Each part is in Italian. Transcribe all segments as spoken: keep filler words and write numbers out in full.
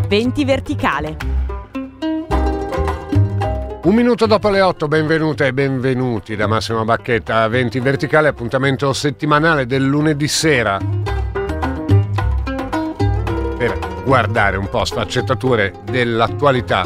venti Verticale. Un minuto dopo le otto, benvenute e benvenuti da Massimo Bacchetta a venti Verticale, appuntamento settimanale del lunedì sera per guardare un po' sfaccettature dell'attualità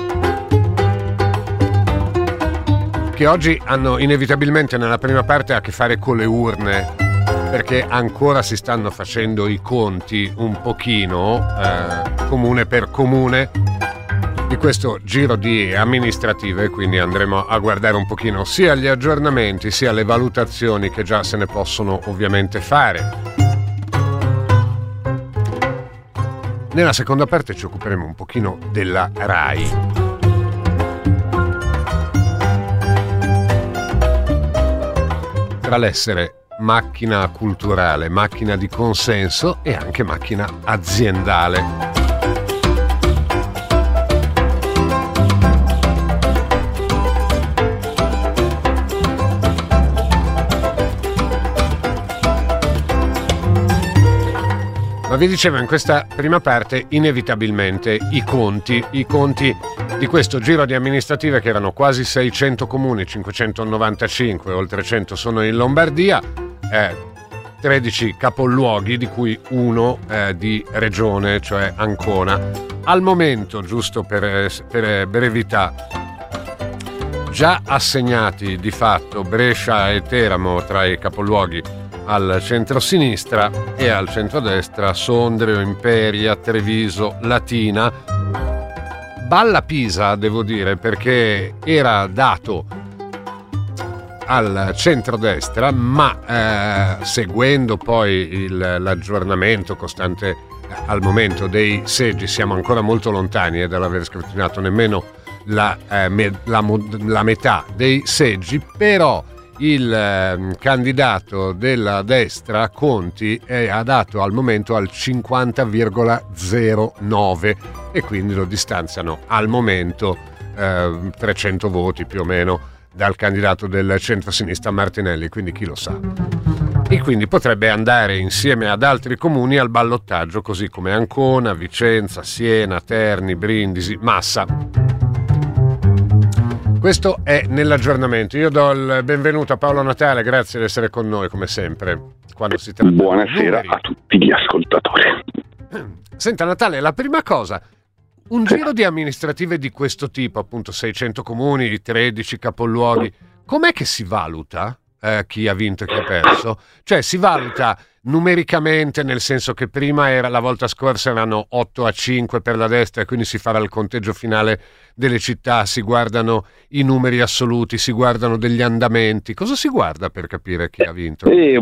che oggi hanno inevitabilmente nella prima parte a che fare con le urne, perché ancora si stanno facendo i conti un pochino eh, comune per comune di questo giro di amministrative, quindi andremo a guardare un pochino sia gli aggiornamenti sia le valutazioni che già se ne possono ovviamente fare. Nella seconda parte ci occuperemo un pochino della RAI. Tra l'essere macchina culturale, macchina di consenso e anche macchina aziendale. Ma vi dicevo in questa prima parte inevitabilmente i conti, i conti di questo giro di amministrative che erano quasi seicento comuni, cinquecentonovantacinque, oltre cento sono in Lombardia, eh, tredici capoluoghi di cui uno eh, di regione, cioè Ancona. Al momento, giusto per, per brevità, già assegnati di fatto Brescia e Teramo tra i capoluoghi al centro-sinistra e al centro-destra Sondrio, Imperia, Treviso, Latina. Balla Pisa, devo dire, perché era dato al centro-destra, ma eh, seguendo poi il, l'aggiornamento costante eh, al momento dei seggi, siamo ancora molto lontani eh, dall'aver scrutinato nemmeno la, eh, me, la, la metà dei seggi, però il eh, candidato della destra, Conti, è, ha dato al momento al cinquanta virgola zero nove e quindi lo distanziano al momento eh, trecento voti più o meno dal candidato del centro-sinistra Martinelli, quindi chi lo sa. E quindi potrebbe andare insieme ad altri comuni al ballottaggio, così come Ancona, Vicenza, Siena, Terni, Brindisi, Massa. Questo è nell'aggiornamento. Io do il benvenuto a Paolo Natale, grazie di essere con noi come sempre. Quando si tratta Buonasera a tutti gli ascoltatori. Senta Natale, la prima cosa, un giro di amministrative di questo tipo, appunto seicento comuni, tredici capoluoghi, com'è che si valuta eh, chi ha vinto e chi ha perso? Cioè si valuta numericamente, nel senso che prima era, la volta scorsa erano otto a cinque per la destra e quindi si farà il conteggio finale delle città, si guardano i numeri assoluti, si guardano degli andamenti. Cosa si guarda per capire chi ha vinto? Eh,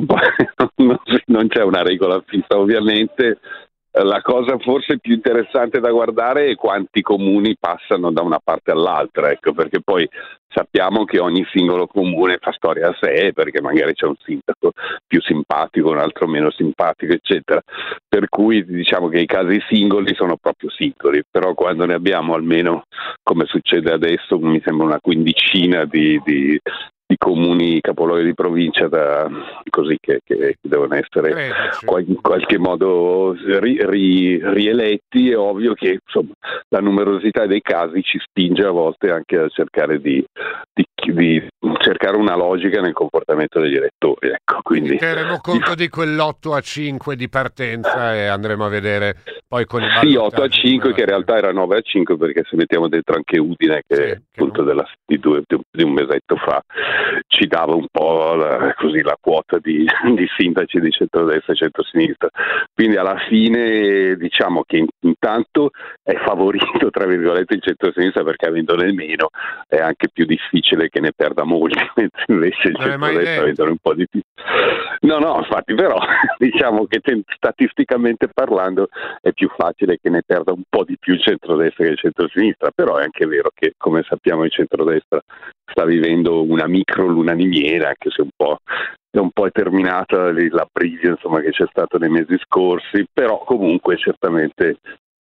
non c'è una regola fissa, ovviamente. La cosa forse più interessante da guardare è quanti comuni passano da una parte all'altra, ecco, perché poi sappiamo che ogni singolo comune fa storia a sé, perché magari c'è un sindaco più simpatico, un altro meno simpatico, eccetera. Per cui diciamo che i casi singoli sono proprio singoli, però quando ne abbiamo almeno, come succede adesso, mi sembra una quindicina di, di di comuni capoluoghi di provincia da, così che, che devono essere qual, in qualche modo ri, ri, rieletti, è ovvio che insomma la numerosità dei casi ci spinge a volte anche a cercare di, di, di cercare una logica nel comportamento degli elettori, ecco. Quindi terremo conto di quell'otto a cinque di partenza e andremo a vedere poi con i sì, otto a cinque che in realtà era nove a cinque, perché se mettiamo dentro anche Udine che, sì, appunto della, di, due, di un mesetto fa ci dava un po' la, così la quota di, di sindaci di centrodestra e centrosinistra, quindi alla fine diciamo che intanto è favorito tra virgolette il centrosinistra, perché avendone meno è anche più difficile che ne perda molti, mentre invece il centrodestra avendone un po' di più no no infatti però diciamo che te, statisticamente parlando è più facile che ne perda un po' di più il centrodestra che il centrosinistra, però è anche vero che, come sappiamo, il centrodestra sta vivendo una micro lunanimiera, anche se un po' è un po' è terminata la briglia insomma che c'è stato nei mesi scorsi, però comunque certamente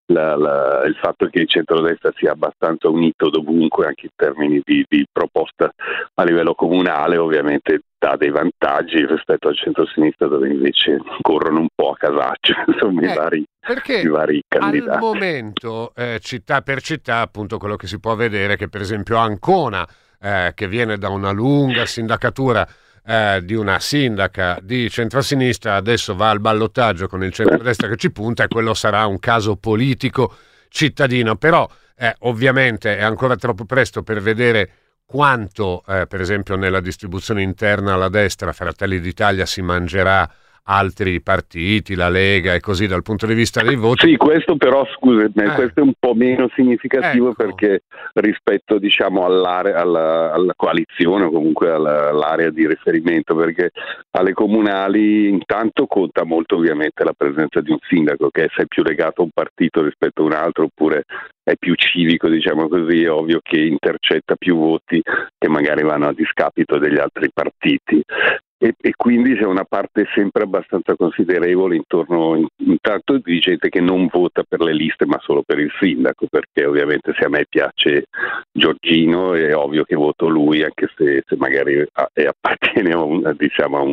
la, la, il fatto che il centrodestra sia abbastanza unito dovunque, anche in termini di, di proposta a livello comunale, ovviamente dà dei vantaggi rispetto al centro-sinistra, dove invece corrono un po' a casaccio, insomma, Eh, i vari, perché i vari al candidati. momento, eh, città per città, appunto quello che si può vedere è che per esempio Ancona, eh, che viene da una lunga sindacatura eh, di una sindaca di centrosinistra, adesso va al ballottaggio con il centrodestra che ci punta, e quello sarà un caso politico cittadino. Però eh, ovviamente è ancora troppo presto per vedere quanto, eh, per esempio, nella distribuzione interna alla destra Fratelli d'Italia si mangerà altri partiti, la Lega e così, dal punto di vista dei voti. Sì, questo però, scusami, Eh. questo è un po' meno significativo, Ecco. perché rispetto, diciamo, all'area, alla, alla coalizione o comunque alla, all'area di riferimento, perché alle comunali intanto conta molto ovviamente la presenza di un sindaco, che se è più legato a un partito rispetto a un altro, oppure è più civico, diciamo così, è ovvio che intercetta più voti che magari vanno a discapito degli altri partiti. E, e quindi c'è una parte sempre abbastanza considerevole intorno, in, intanto di gente che non vota per le liste ma solo per il sindaco, perché ovviamente se a me piace Giorgino è ovvio che voto lui, anche se, se magari a, e appartiene a, un, diciamo, a, un,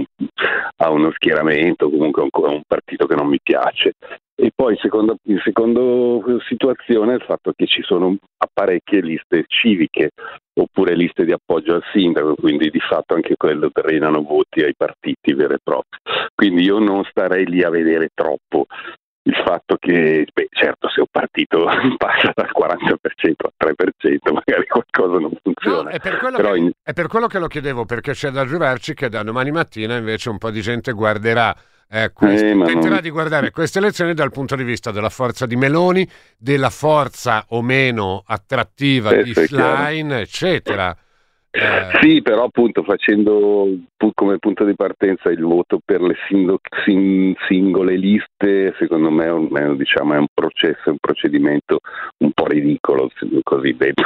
a uno schieramento, comunque a un, a un partito che non mi piace. E poi secondo, in secondo situazione il fatto che ci sono parecchie liste civiche oppure liste di appoggio al sindaco, quindi di fatto anche quello drenano voti ai partiti veri e propri. Quindi io non starei lì a vedere troppo il fatto che, beh, certo, se un partito passa dal quaranta per cento al tre per cento magari qualcosa non funziona. No, è per quello, Però che, in... è per quello che lo chiedevo, perché c'è da giurarci che da domani mattina invece un po' di gente guarderà Eh, queste, Eh, tenterà non... di guardare queste elezioni dal punto di vista della forza di Meloni, della forza o meno attrattiva Eh, di sì, Schlein, eccetera. Eh, Sì, però appunto facendo pu- come punto di partenza il voto per le sindo- sin- singole liste, secondo me è un, è, diciamo, è un processo, è un procedimento un po' ridicolo, così detto.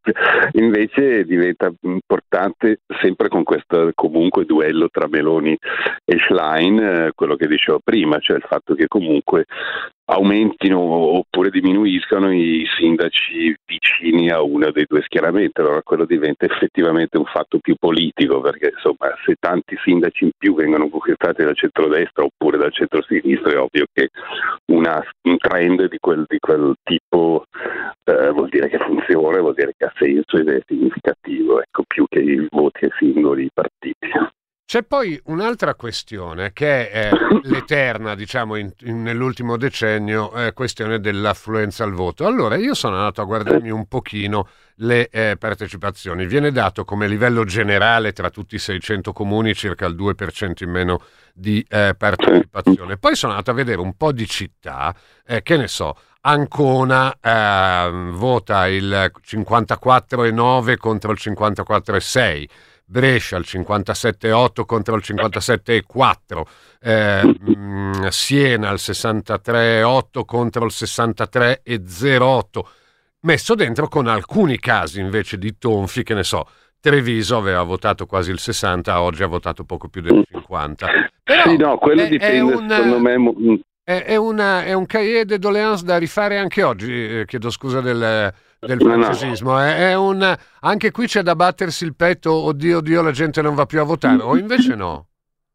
Invece diventa importante, sempre con questo comunque duello tra Meloni e Schlein, eh, quello che dicevo prima, cioè il fatto che comunque aumentino oppure diminuiscano i sindaci vicini a uno dei due schieramenti. Allora quello diventa effettivamente un fatto più politico, perché insomma se tanti sindaci in più vengono conquistati dal centrodestra oppure dal centrosinistra è ovvio che una, un trend di quel, di quel tipo eh, vuol dire che funziona, vuol dire che ha senso ed è significativo, ecco, più che i voti ai singoli partiti. C'è poi un'altra questione che è l'eterna, diciamo, in, in, nell'ultimo decennio, eh, questione dell'affluenza al voto. Allora, io sono andato a guardarmi un pochino le eh, partecipazioni. Viene dato come livello generale tra tutti i seicento comuni circa il due per cento in meno di eh, partecipazione. Poi sono andato a vedere un po' di città, eh, che ne so, Ancona eh, vota il cinquantaquattro virgola nove contro il cinquantaquattro virgola sei. Brescia il cinquantasette virgola otto contro il cinquantasette virgola quattro, eh, mh, Siena il sessantatré virgola otto contro il sessantatré virgola zero otto, messo dentro con alcuni casi invece di tonfi, che ne so, Treviso aveva votato quasi il sessanta, oggi ha votato poco più del cinquanta. Però sì, no, quello è, dipende, è un, secondo me... È, è, una, è un cahier de doléances da rifare anche oggi, eh, chiedo scusa del... del No, no. francesismo, è, è un, anche qui c'è da battersi il petto, oddio oddio la gente non va più a votare, o invece no?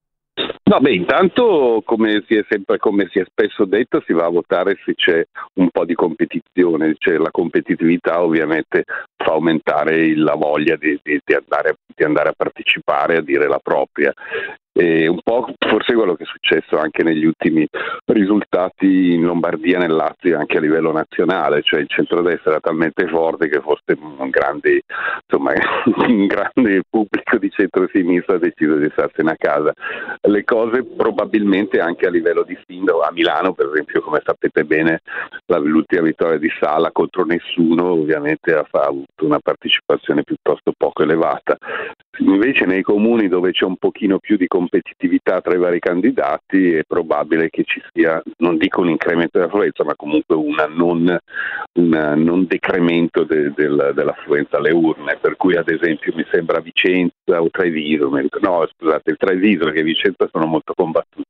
No, beh, intanto come si è sempre, come si è spesso detto, si va a votare se c'è un po' di competizione, cioè la competitività ovviamente fa aumentare la voglia di, di, di, andare, di andare a partecipare, a dire la propria. E un po' forse quello che è successo anche negli ultimi risultati in Lombardia, nel Lazio e anche a livello nazionale, cioè il centrodestra era talmente forte che forse un grande, insomma, un grande pubblico di centrosinistra ha deciso di starsene a casa. Le cose probabilmente anche a livello di sindaco, a Milano per esempio, come sapete bene, la, l'ultima vittoria di Sala contro nessuno ovviamente ha, ha avuto una partecipazione piuttosto poco elevata. Invece nei comuni dove c'è un pochino più di competitività tra i vari candidati è probabile che ci sia, non dico un incremento dell'affluenza, ma comunque una non, una non decremento de, de, dell'affluenza alle urne, per cui ad esempio mi sembra Vicenza o Treviso, no scusate, il Treviso che Vicenza sono molto combattuti,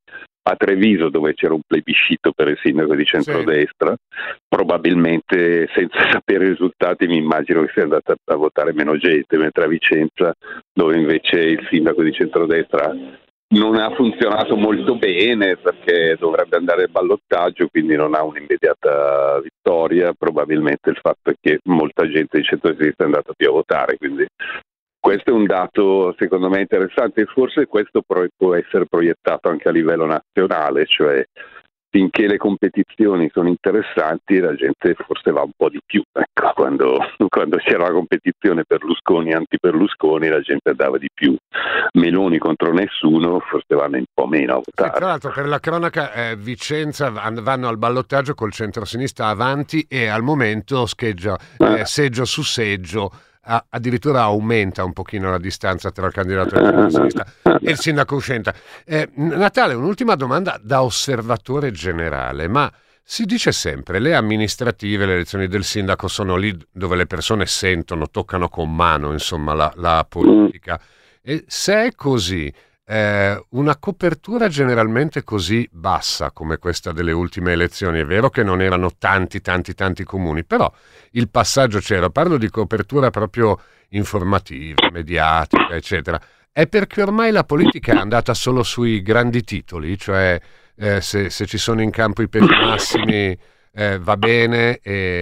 a Treviso, dove c'era un plebiscito per il sindaco di centrodestra, sì. Probabilmente, senza sapere i risultati, mi immagino che sia andata a votare meno gente, mentre a Vicenza, dove invece il sindaco di centrodestra non ha funzionato molto bene perché dovrebbe andare al ballottaggio, quindi non ha un'immediata vittoria, probabilmente il fatto è che molta gente di centrodestra è andata più a votare, quindi questo è un dato secondo me interessante, e forse questo può essere proiettato anche a livello nazionale, cioè finché le competizioni sono interessanti la gente forse va un po' di più, ecco, quando, quando c'era la competizione Berlusconi anti-Berlusconi la gente andava di più, Meloni contro nessuno forse vanno un po' meno a votare. Sì, tra l'altro, per la cronaca, eh, Vicenza vanno al ballottaggio col centro-sinistra avanti e al momento scheggia eh, seggio su seggio. Addirittura aumenta un pochino la distanza tra il candidato del centro-sinistra e il sindaco uscente. Eh, Natale, un'ultima domanda da osservatore generale, ma si dice sempre le amministrative, le elezioni del sindaco sono lì dove le persone sentono, toccano con mano, insomma, la, la politica. E se è così, eh, una copertura generalmente così bassa come questa delle ultime elezioni, è vero che non erano tanti tanti tanti comuni, però il passaggio c'era, parlo di copertura proprio informativa, mediatica, eccetera, è perché ormai la politica è andata solo sui grandi titoli, cioè eh, se, se ci sono in campo i pesi massimi eh, va bene,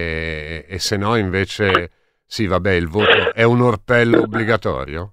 e, e se no invece sì, vabbè, il voto è un orpello obbligatorio?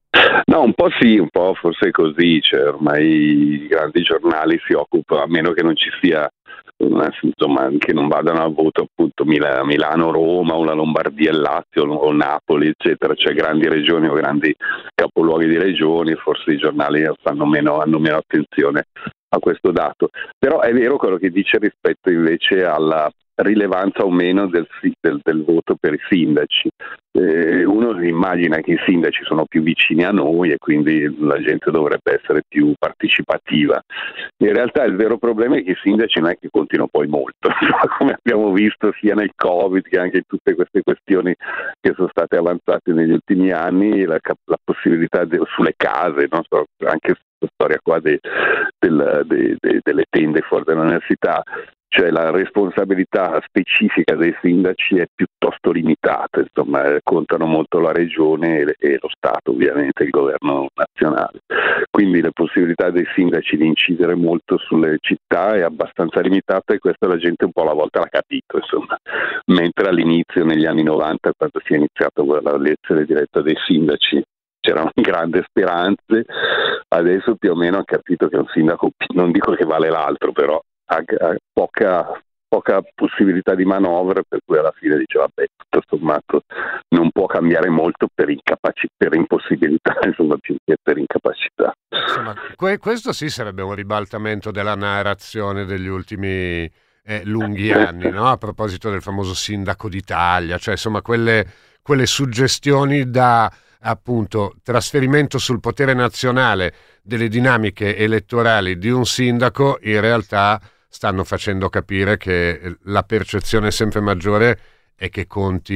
No, un po' sì, un po' forse è così, cioè ormai i grandi giornali si occupano, a meno che non ci sia, una, insomma, che non vadano a voto appunto Mil- Milano, Roma o la Lombardia, il Lazio o Napoli, eccetera, cioè grandi regioni o grandi capoluoghi di regioni, forse i giornali fanno meno, hanno meno attenzione a questo dato. Però è vero quello che dice rispetto invece alla rilevanza o meno del, del, del voto per i sindaci. Eh, uno si immagina che i sindaci sono più vicini a noi e quindi la gente dovrebbe essere più partecipativa. In realtà il vero problema è che i sindaci non è che contino poi molto, come abbiamo visto sia nel Covid che anche in tutte queste questioni che sono state avanzate negli ultimi anni, la, la possibilità de, sulle case, non so, anche questa storia qua de, del, de, de, delle tende fuori dall'università, cioè la responsabilità specifica dei sindaci è piuttosto limitata, insomma, contano molto la regione e, e lo Stato, ovviamente il governo nazionale. Quindi le possibilità dei sindaci di incidere molto sulle città è abbastanza limitata, e questo la gente un po' alla volta l'ha capito, insomma. Mentre all'inizio, negli anni novanta, quando si è iniziato la elezione diretta dei sindaci, c'erano grandi speranze, adesso più o meno ha capito che un sindaco, non dico che vale l'altro, però ha poca, poca possibilità di manovra, per cui alla fine dice vabbè, tutto sommato non può cambiare molto per, incapaci- per impossibilità, insomma, più che per incapacità. Insomma, que- questo sì sarebbe un ribaltamento della narrazione degli ultimi eh, lunghi anni, no? A proposito del famoso sindaco d'Italia, cioè insomma quelle, quelle suggestioni da appunto trasferimento sul potere nazionale delle dinamiche elettorali di un sindaco, in realtà stanno facendo capire che la percezione sempre maggiore è che conti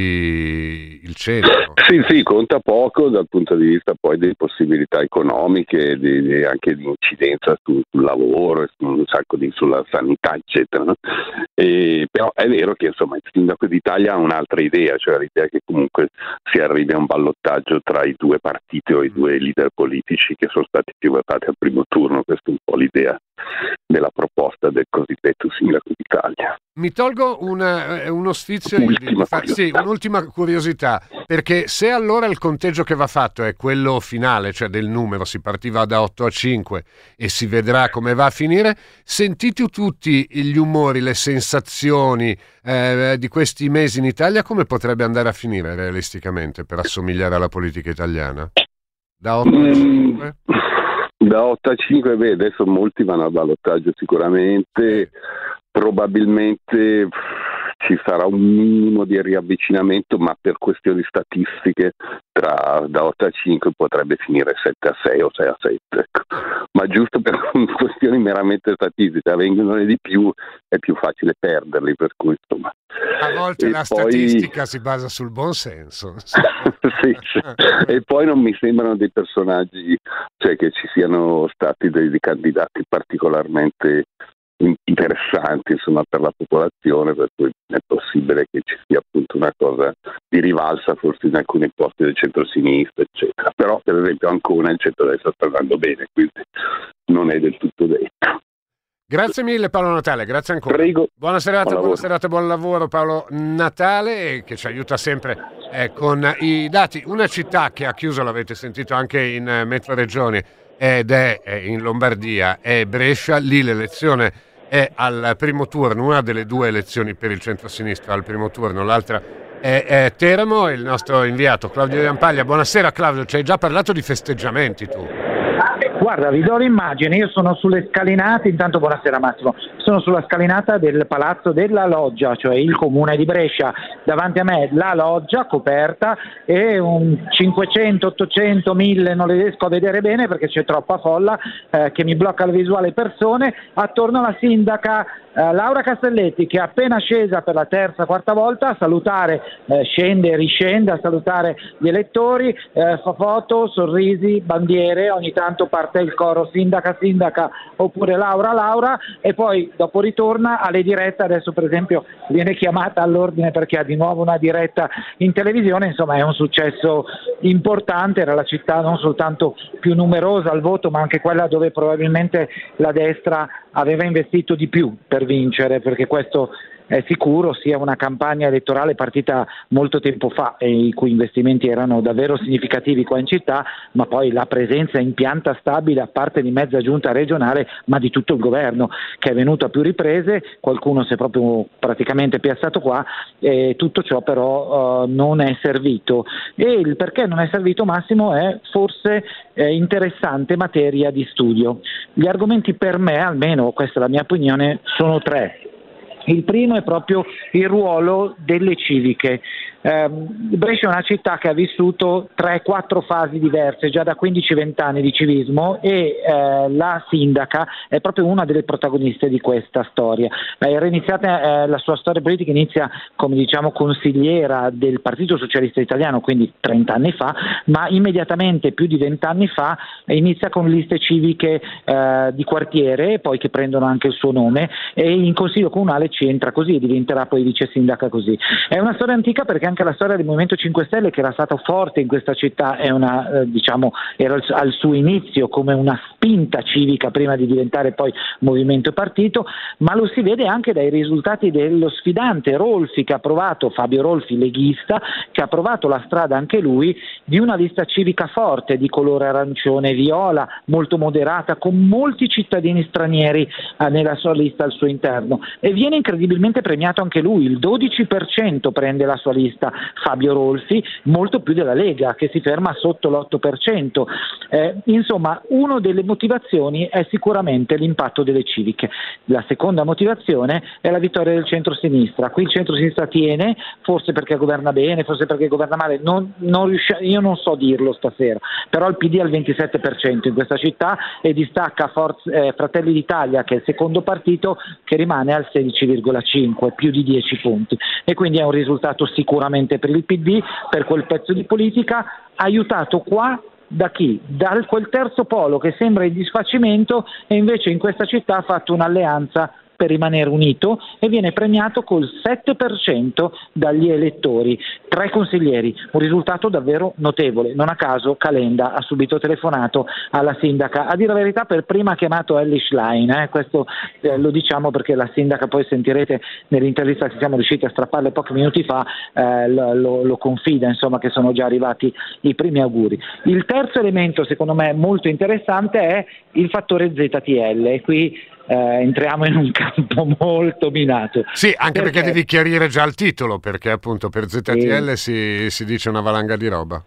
il centro. Sì, sì, conta poco dal punto di vista poi delle possibilità economiche, di, di, anche di incidenza sul, sul lavoro, su un sacco di sulla sanità, eccetera. No? E, però è vero che insomma il sindaco d'Italia ha un'altra idea, cioè l'idea che comunque si arrivi a un ballottaggio tra i due partiti o i due leader politici che sono stati più votati al primo turno. Questa è un po' l'idea della proposta del cosiddetto sindaco d'Italia. Mi tolgo una, uno sfizio di, di fa- sì, un'ultima curiosità, perché se allora il conteggio che va fatto è quello finale, cioè del numero, si partiva da otto a cinque e si vedrà come va a finire, sentite tutti gli umori, le sensazioni eh, di questi mesi in Italia, come potrebbe andare a finire realisticamente per assomigliare alla politica italiana? Da otto a cinque? Da otto a cinque, beh, adesso molti vanno al ballottaggio sicuramente, probabilmente ci sarà un minimo di riavvicinamento, ma per questioni statistiche tra da otto a cinque potrebbe finire sette a sei o sei a sette. Ecco. ma giusto per questioni meramente statistiche, vengono di più è più facile perderli, per cui insomma. A volte e la poi... statistica si basa sul buon senso. sì, sì. E poi non mi sembrano dei personaggi, cioè che ci siano stati dei, dei candidati particolarmente interessanti insomma per la popolazione, per cui è possibile che ci sia appunto una cosa di rivalsa forse in alcuni posti del centro-sinistra eccetera, però per esempio Ancona il centro-destra sta andando bene, quindi non è del tutto detto. Grazie mille Paolo Natale, grazie ancora. Prego. Buona serata, buon buona serata, buon lavoro Paolo Natale, che ci aiuta sempre eh, con i dati. Una città che ha chiuso, l'avete sentito anche in eh, Metro Regioni, ed è eh, in Lombardia, è Brescia. Lì l'elezione è al primo turno, una delle due elezioni per il centro-sinistra al primo turno, l'altra è, è Teramo. Il nostro inviato Claudio Rampaglia. Buonasera Claudio, ci hai già parlato di festeggiamenti tu? Guarda, vi do l'immagine, io sono sulle scalinate, intanto buonasera Massimo, sono sulla scalinata del Palazzo della Loggia, cioè il comune di Brescia, davanti a me la loggia coperta e un cinquecento, ottocento, mille, non le riesco a vedere bene perché c'è troppa folla eh, che mi blocca la visuale persone, attorno alla sindaca eh, Laura Castelletti che è appena scesa per la terza, quarta volta a salutare, eh, scende e riscende a salutare gli elettori, eh, fa foto, sorrisi, bandiere, ogni tanto parte il coro sindaca sindaca oppure Laura Laura e poi dopo ritorna alle dirette. Adesso per esempio viene chiamata all'ordine perché ha di nuovo una diretta in televisione, insomma è un successo importante, era la città non soltanto più numerosa al voto ma anche quella dove probabilmente la destra aveva investito di più per vincere, perché questo è sicuro, sia una campagna elettorale partita molto tempo fa e i cui investimenti erano davvero significativi qua in città, ma poi la presenza in pianta stabile a parte di mezza giunta regionale ma di tutto il governo che è venuto a più riprese, qualcuno si è proprio praticamente piazzato qua e tutto ciò però uh, non è servito e il perché non è servito Massimo è forse eh, interessante materia di studio. Gli argomenti per me, almeno questa è la mia opinione, sono tre. Il primo è proprio il ruolo delle civiche. Eh, Brescia è una città che ha vissuto tre quattro fasi diverse già da quindici venti anni di civismo e eh, la sindaca è proprio una delle protagoniste di questa storia. Eh, era iniziata, eh, la sua storia politica inizia come diciamo consigliera del Partito Socialista Italiano, quindi trenta anni fa, ma immediatamente più di venti anni fa inizia con liste civiche eh, di quartiere, poi che prendono anche il suo nome, e in consiglio comunale ci entra così e diventerà poi vice sindaca così. È una storia antica perché anche la storia del Movimento cinque Stelle, che era stato forte in questa città, è una, eh, diciamo, era al suo inizio come una spinta civica prima di diventare poi movimento e partito, ma lo si vede anche dai risultati dello sfidante Rolfi, che ha provato, Fabio Rolfi leghista, che ha provato la strada anche lui di una lista civica forte di colore arancione e viola, molto moderata, con molti cittadini stranieri eh, nella sua lista al suo interno, e viene incredibilmente premiato anche lui, il dodici per cento prende la sua lista Fabio Rolfi, molto più della Lega che si ferma sotto l'otto per cento. Eh, insomma, una delle motivazioni è sicuramente l'impatto delle civiche. La seconda motivazione è la vittoria del centro-sinistra. Qui il centro-sinistra tiene, forse perché governa bene, forse perché governa male, non, non riusci- io non so dirlo stasera, però il P D ha il ventisette per cento in questa città e distacca Forza, eh, Fratelli d'Italia, che è il secondo partito, che rimane al sedici virgola cinque, più di dieci punti, e quindi è un risultato sicuramente per il P D, per quel pezzo di politica, aiutato qua da chi? Da quel terzo polo che sembra in disfacimento e invece in questa città ha fatto un'alleanza per rimanere unito e viene premiato col sette per cento dagli elettori, tre consiglieri, un risultato davvero notevole. Non a caso Calenda ha subito telefonato alla sindaca, a dire la verità per prima ha chiamato Elly Schlein, eh? questo eh, lo diciamo perché la sindaca, poi sentirete nell'intervista che siamo riusciti a strapparle pochi minuti fa, eh, lo, lo confida, insomma, che sono già arrivati i primi auguri. Il terzo elemento secondo me molto interessante è il fattore Z T L, e qui Eh, entriamo in un campo molto minato. Sì, anche perché, perché devi chiarire già il titolo, perché appunto per Z T L eh, si, si dice una valanga di roba.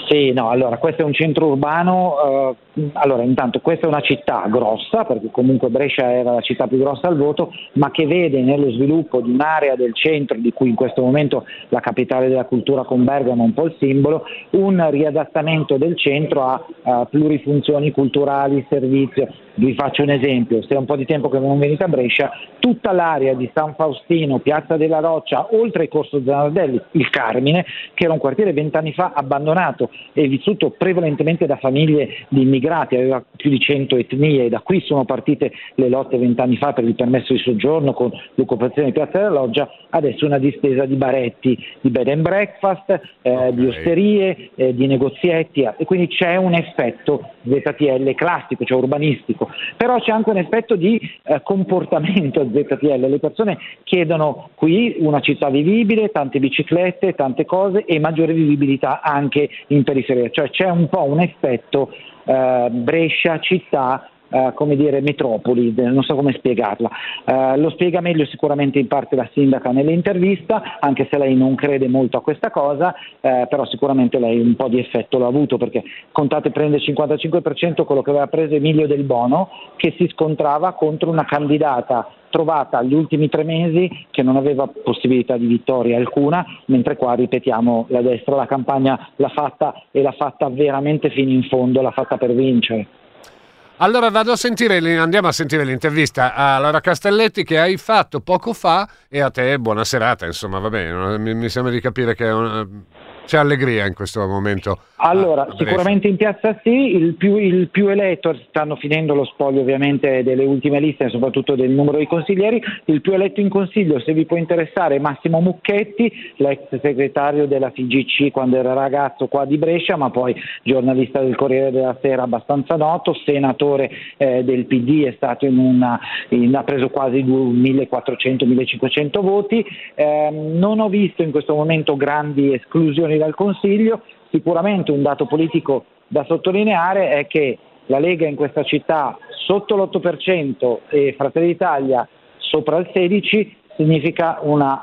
Sì, no, allora questo è un centro urbano, eh, allora intanto questa è una città grossa, perché comunque Brescia era la città più grossa al voto, ma che vede nello sviluppo di un'area del centro, di cui in questo momento la capitale della cultura con Bergamo è un po' il simbolo, un riadattamento del centro a, a plurifunzioni culturali, servizio. Vi faccio un esempio, se è un po' di tempo che non venite a Brescia, tutta l'area di San Faustino, Piazza della Roccia, oltre il Corso Zanardelli, il Carmine, che era un quartiere vent'anni fa abbandonato e vissuto prevalentemente da famiglie di immigrati, aveva più di cento etnie, e da qui sono partite le lotte vent'anni fa per il permesso di soggiorno con l'occupazione di Piazza della Loggia, adesso una distesa di baretti, di bed and breakfast, eh, okay. di osterie, eh, di negozietti, e quindi c'è un effetto Z T L classico, cioè urbanistico. Però c'è anche un effetto di eh, comportamento Z T L, le persone chiedono qui una città vivibile, tante biciclette, tante cose e maggiore vivibilità anche in periferia, cioè c'è un po' un effetto eh, Brescia città, Uh, come dire, metropoli, non so come spiegarla. Uh, lo spiega meglio sicuramente in parte la sindaca nell'intervista, anche se lei non crede molto a questa cosa, uh, però sicuramente lei un po' di effetto l'ha avuto, perché contate prende il cinquantacinque per cento quello che aveva preso Emilio Del Bono, che si scontrava contro una candidata trovata agli ultimi tre mesi che non aveva possibilità di vittoria alcuna, mentre qua, ripetiamo, la destra la campagna l'ha fatta e l'ha fatta veramente fino in fondo, l'ha fatta per vincere. Allora vado a sentire, andiamo a sentire l'intervista a Laura Castelletti che hai fatto poco fa, e a te buona serata, insomma, va bene, mi, mi sembra di capire che è una, c'è allegria in questo momento. Allora, sicuramente in piazza sì, il più, il più eletto, stanno finendo lo spoglio ovviamente delle ultime liste, soprattutto del numero di consiglieri, il più eletto in consiglio, se vi può interessare, è Massimo Mucchetti, l'ex segretario della F G C quando era ragazzo qua di Brescia, ma poi giornalista del Corriere della Sera abbastanza noto, senatore eh, del P D, è stato in una, in, ha preso quasi millequattrocento millecinquecento voti, eh, non ho visto in questo momento grandi esclusioni dal Consiglio. Sicuramente un dato politico da sottolineare è che la Lega in questa città sotto l'otto per cento e Fratelli d'Italia sopra il sedici per cento significa una,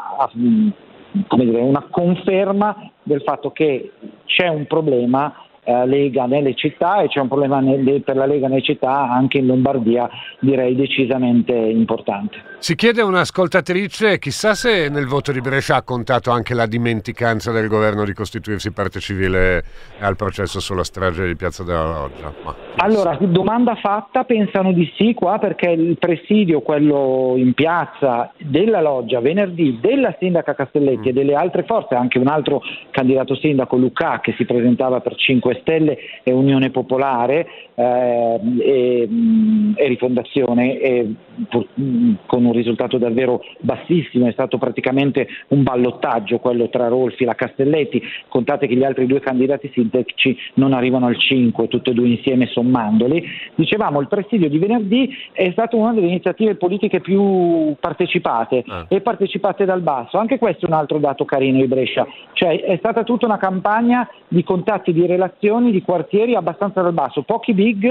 come dire, una conferma del fatto che c'è un problema eh, Lega nelle città, e c'è un problema nel, per la Lega nelle città anche in Lombardia, direi decisamente importante. Si chiede a un'ascoltatrice, chissà se nel voto di Brescia ha contato anche la dimenticanza del governo di costituirsi parte civile al processo sulla strage di Piazza della Loggia. Ma, allora, domanda fatta, pensano di sì qua, perché il presidio, quello in piazza della Loggia, venerdì, della sindaca Castelletti mm. e delle altre forze, anche un altro candidato sindaco, Lucà, che si presentava per cinque Stelle e Unione Popolare eh, e, e Rifondazione, e, pur, con un risultato davvero bassissimo, è stato praticamente un ballottaggio quello tra Rolfi e la Castelletti, contate che gli altri due candidati sindaci non arrivano al cinque, tutti e due insieme sommandoli. Dicevamo, il presidio di venerdì è stata una delle iniziative politiche più partecipate ah. e partecipate dal basso, anche questo è un altro dato carino di Brescia, cioè è stata tutta una campagna di contatti, di relazioni, di quartieri abbastanza dal basso, pochi big,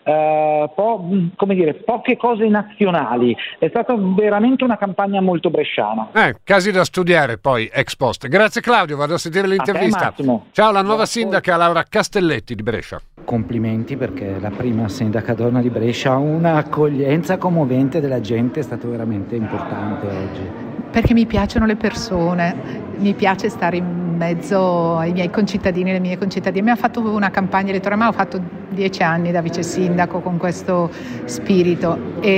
eh, po', come dire, poche cose nazionali, è stata veramente una campagna molto bresciana. Eh, casi da studiare poi ex post. Grazie Claudio, vado a sentire l'intervista. A te, Massimo. Ciao, la nuova sindaca Laura Castelletti di Brescia. Complimenti, perché la prima sindaca donna di Brescia, un'accoglienza commovente della gente, è stato veramente importante oggi. Perché mi piacciono le persone, mi piace stare in mezzo ai miei concittadini e alle mie concittadine. Mi ha fatto una campagna elettorale, ma ho fatto dieci anni da vice sindaco con questo spirito,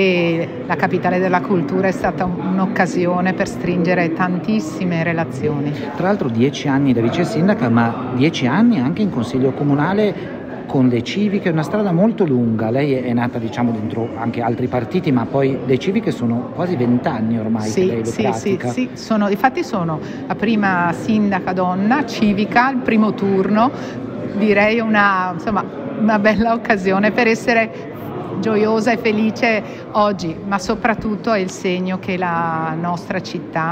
e la capitale della cultura è stata un'occasione per stringere tantissime relazioni. Tra l'altro dieci anni da vice sindaca, ma dieci anni anche in consiglio comunale con le civiche, una strada molto lunga. Lei è nata, diciamo, dentro anche altri partiti, ma poi le civiche sono quasi vent'anni ormai sì, che lei le sì, pratica. Sì, sì, sono, infatti sono la prima sindaca donna civica, il primo turno, direi una, insomma, una bella occasione per essere gioiosa e felice oggi, ma soprattutto è il segno che la nostra città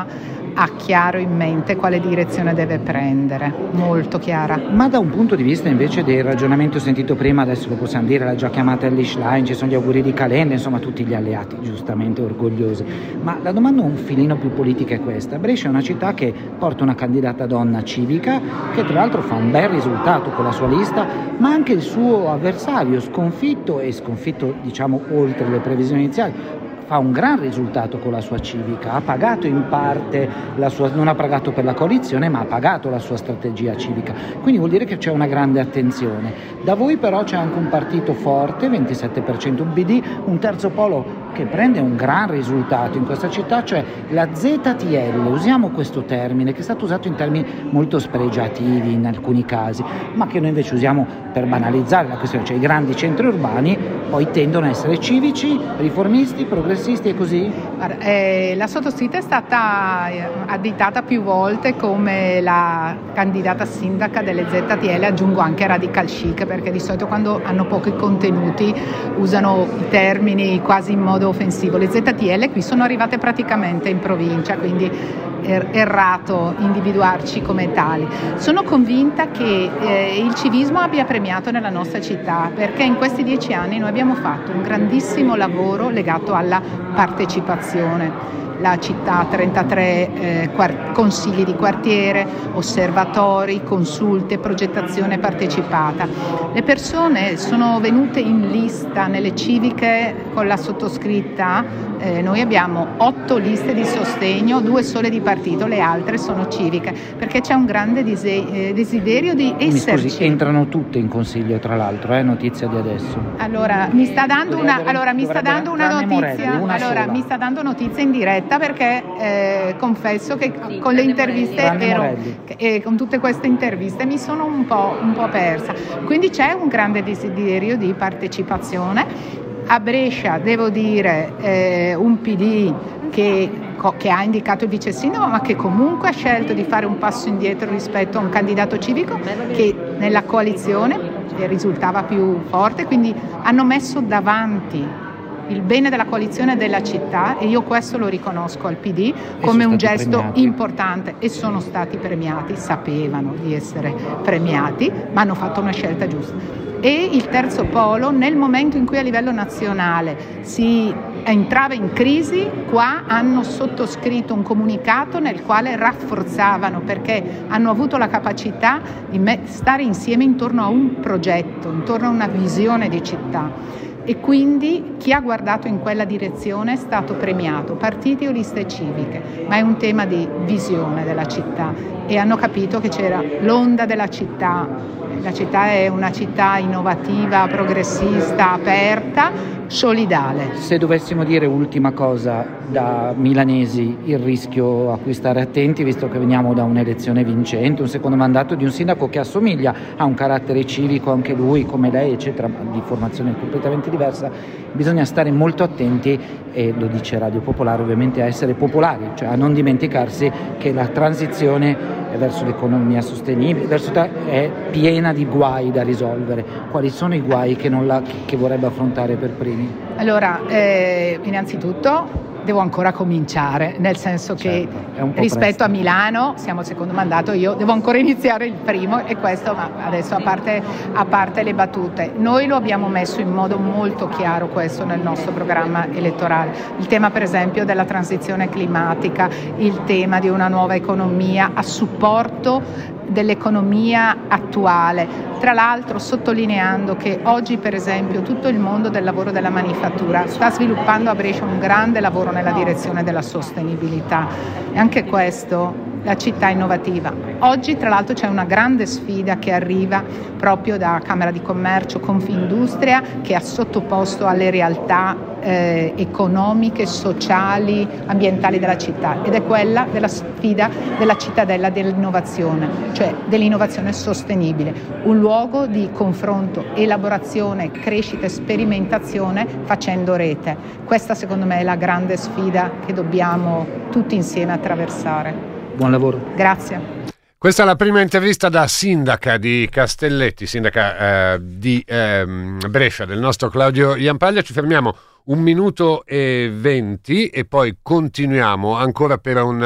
ha chiaro in mente quale direzione deve prendere, molto chiara. Ma da un punto di vista invece del ragionamento sentito prima, adesso lo possiamo dire, l'ha già chiamata Elly Schlein, ci sono gli auguri di Calenda, insomma tutti gli alleati giustamente orgogliosi, ma la domanda un filino più politica è questa: Brescia è una città che porta una candidata donna civica, che tra l'altro fa un bel risultato con la sua lista, ma anche il suo avversario sconfitto e sconfitto diciamo oltre le previsioni iniziali fa un gran risultato con la sua civica, ha pagato in parte la sua, non ha pagato per la coalizione, ma ha pagato la sua strategia civica, quindi vuol dire che c'è una grande attenzione. Da voi però c'è anche un partito forte, ventisette per cento, un P D, un terzo polo che prende un gran risultato in questa città, cioè la Z T L, usiamo questo termine che è stato usato in termini molto spregiativi in alcuni casi, ma che noi invece usiamo per banalizzare la questione, cioè i grandi centri urbani poi tendono a essere civici, riformisti, progressisti e così? Guarda, eh, la sottoscritta è stata additata più volte come la candidata sindaca delle Z T L, aggiungo anche radical chic, perché di solito quando hanno pochi contenuti usano i termini quasi in modo offensivo. Le Z T L qui sono arrivate praticamente in provincia, quindi è errato individuarci come tali. Sono convinta che eh, il civismo abbia premiato nella nostra città, perché in questi dieci anni noi abbiamo fatto un grandissimo lavoro legato alla partecipazione. La città ha trentatré eh, quart- consigli di quartiere, osservatori, consulte, progettazione partecipata. Le persone sono venute in lista nelle civiche con la sottoscritta, eh, noi abbiamo otto liste di sostegno, due sole di partito, le altre sono civiche, perché c'è un grande dise- eh, desiderio di esserci. Mi scusi, entrano tutte in consiglio tra l'altro, è notizia di adesso. Allora, mi sta dando una, allora, mi sta dando una notizia, Morelli, una allora, mi sta dando notizia in diretta, perché eh, confesso che sì, con le interviste ero, eh, con tutte queste interviste mi sono un po', un po' persa, quindi c'è un grande desiderio di partecipazione. A Brescia devo dire eh, un P D che, che ha indicato il vice sindaco, ma che comunque ha scelto di fare un passo indietro rispetto a un candidato civico che nella coalizione risultava più forte, quindi hanno messo davanti il bene della coalizione e della città, e io questo lo riconosco al P D come un gesto premiati. importante, e sono stati premiati, sapevano di essere premiati, ma hanno fatto una scelta giusta. E il terzo polo, nel momento in cui a livello nazionale si entrava in crisi, qua hanno sottoscritto un comunicato nel quale rafforzavano, perché hanno avuto la capacità di me- stare insieme intorno a un progetto, intorno a una visione di città. E quindi chi ha guardato in quella direzione è stato premiato, partiti o liste civiche, ma è un tema di visione della città, e hanno capito che c'era l'onda della città. La città è una città innovativa, progressista, aperta, solidale. Se dovessimo dire ultima cosa da milanesi, il rischio a cui stare attenti, visto che veniamo da un'elezione vincente, un secondo mandato di un sindaco che assomiglia a un carattere civico anche lui, come lei, eccetera, di formazione completamente diversa, bisogna stare molto attenti, e lo dice Radio Popolare ovviamente, a essere popolari, cioè a non dimenticarsi che la transizione verso l'economia sostenibile verso ta- è piena di guai da risolvere. Quali sono i guai che, non la, che vorrebbe affrontare per primi? Allora, eh, innanzitutto devo ancora cominciare, nel senso che certo, rispetto presto. a Milano siamo al secondo mandato, io devo ancora iniziare il primo, e questo, ma adesso a parte, a parte le battute, noi lo abbiamo messo in modo molto chiaro questo nel nostro programma elettorale, il tema per esempio della transizione climatica, il tema di una nuova economia a supporto dell'economia attuale, tra l'altro sottolineando che oggi per esempio tutto il mondo del lavoro della manifattura sta sviluppando a Brescia un grande lavoro nella direzione della sostenibilità, e anche questo la città innovativa. Oggi tra l'altro c'è una grande sfida che arriva proprio da Camera di Commercio, Confindustria, che ha sottoposto alle realtà eh, economiche, sociali, ambientali della città, ed è quella della sfida della cittadella dell'innovazione, cioè dell'innovazione sostenibile, un luogo di confronto, elaborazione, crescita e sperimentazione facendo rete. Questa secondo me è la grande sfida che dobbiamo tutti insieme attraversare. Buon lavoro. Grazie. Questa è la prima intervista da sindaca di Castelletti, sindaca eh, di eh, Brescia, del nostro Claudio Jampaglia. Ci fermiamo un minuto e venti e poi continuiamo ancora per un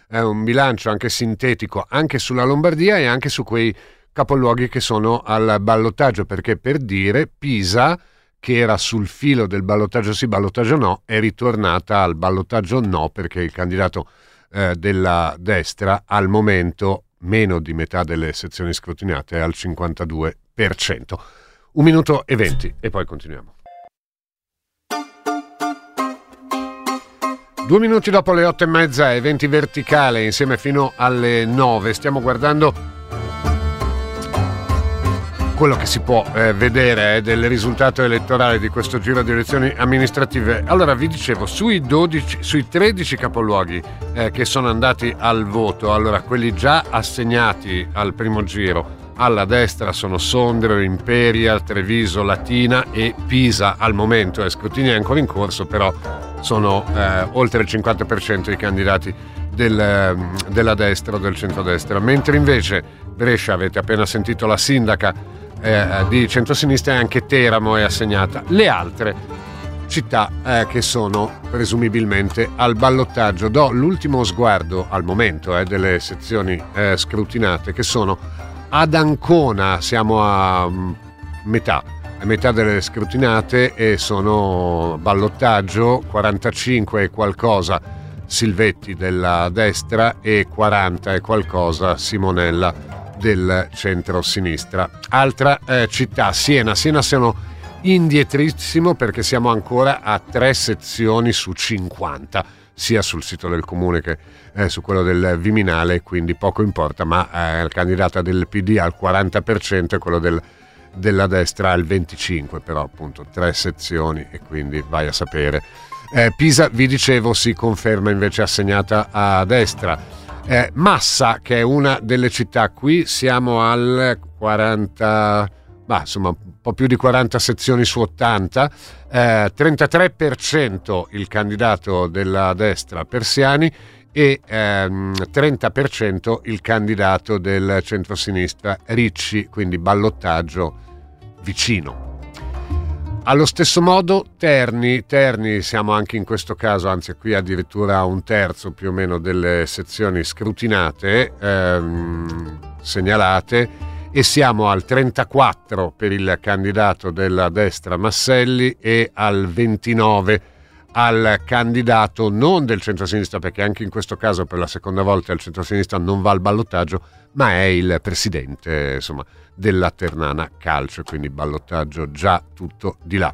eh, un bilancio anche sintetico anche sulla Lombardia e anche su quei capoluoghi che sono al ballottaggio, perché per dire Pisa, che era sul filo del ballottaggio sì, ballottaggio no, è ritornata al ballottaggio no, perché il candidato eh, della destra al momento meno di metà delle sezioni scrutinate è al cinquantadue per cento. Un minuto e venti e poi continuiamo. Due minuti dopo le otto e mezza e venti verticale insieme fino alle nove. Stiamo guardando quello che si può eh, vedere eh, del risultato elettorale di questo giro di elezioni amministrative. Allora vi dicevo, sui dodici, sui tredici capoluoghi eh, che sono andati al voto, allora quelli già assegnati al primo giro alla destra sono Sondrio, Imperia, Treviso, Latina e Pisa. Al momento, il scrutinio è ancora in corso, però sono eh, oltre il cinquanta per cento i candidati del, della destra o del centrodestra, mentre invece Brescia, avete appena sentito la sindaca Eh, di centrosinistra, e anche Teramo è assegnata. Le altre città eh, che sono presumibilmente al ballottaggio. Do l'ultimo sguardo al momento eh, delle sezioni eh, scrutinate, che sono ad Ancona, siamo a um, metà, a metà delle scrutinate e sono ballottaggio, quarantacinque e qualcosa Silvetti della destra e quaranta e qualcosa Simonella del centro-sinistra. Altra eh, città, Siena. Siena siamo indietrissimo perché siamo ancora a tre sezioni su cinquanta, sia sul sito del comune che eh, su quello del Viminale, quindi poco importa, ma eh, il candidato del P D al quaranta per cento e quello del, della destra al venticinque per cento, però appunto tre sezioni e quindi vai a sapere. Eh, Pisa, vi dicevo, si conferma invece assegnata a destra. Eh, Massa, che è una delle città, qui siamo al quaranta, bah, insomma un po' più di quaranta sezioni su ottanta, eh, trentatré per cento il candidato della destra Persiani e ehm, trenta per cento il candidato del centrosinistra Ricci, quindi ballottaggio vicino. Allo stesso modo Terni, Terni siamo anche in questo caso, anzi qui addirittura un terzo più o meno delle sezioni scrutinate, ehm, segnalate, e siamo al trentaquattro per il candidato della destra Masselli e al ventinove al candidato non del centrosinistra, perché anche in questo caso per la seconda volta il centrosinistra non va al ballottaggio, ma è il presidente, insomma, della Ternana Calcio, quindi ballottaggio già tutto di là.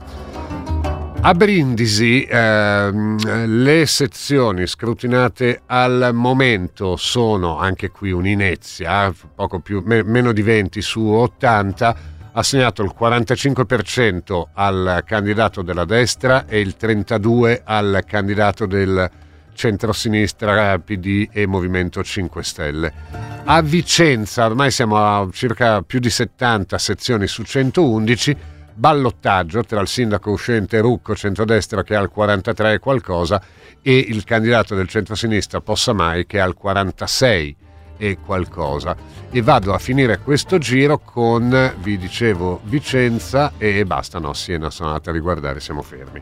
A Brindisi ehm, le sezioni scrutinate al momento sono anche qui un'inezia, poco più, me, meno di venti su ottanta, assegnato il quarantacinque per cento al candidato della destra e il trentadue per cento al candidato del centrosinistra, P D e Movimento cinque Stelle. A Vicenza ormai siamo a circa più di settanta sezioni su centoundici, ballottaggio tra il sindaco uscente Rucco centrodestra che ha il quarantatré e qualcosa e il candidato del centrosinistra Possamai che ha il quarantasei e qualcosa. E vado a finire questo giro con, vi dicevo, Vicenza e basta, no, Siena sono andata a riguardare, siamo fermi.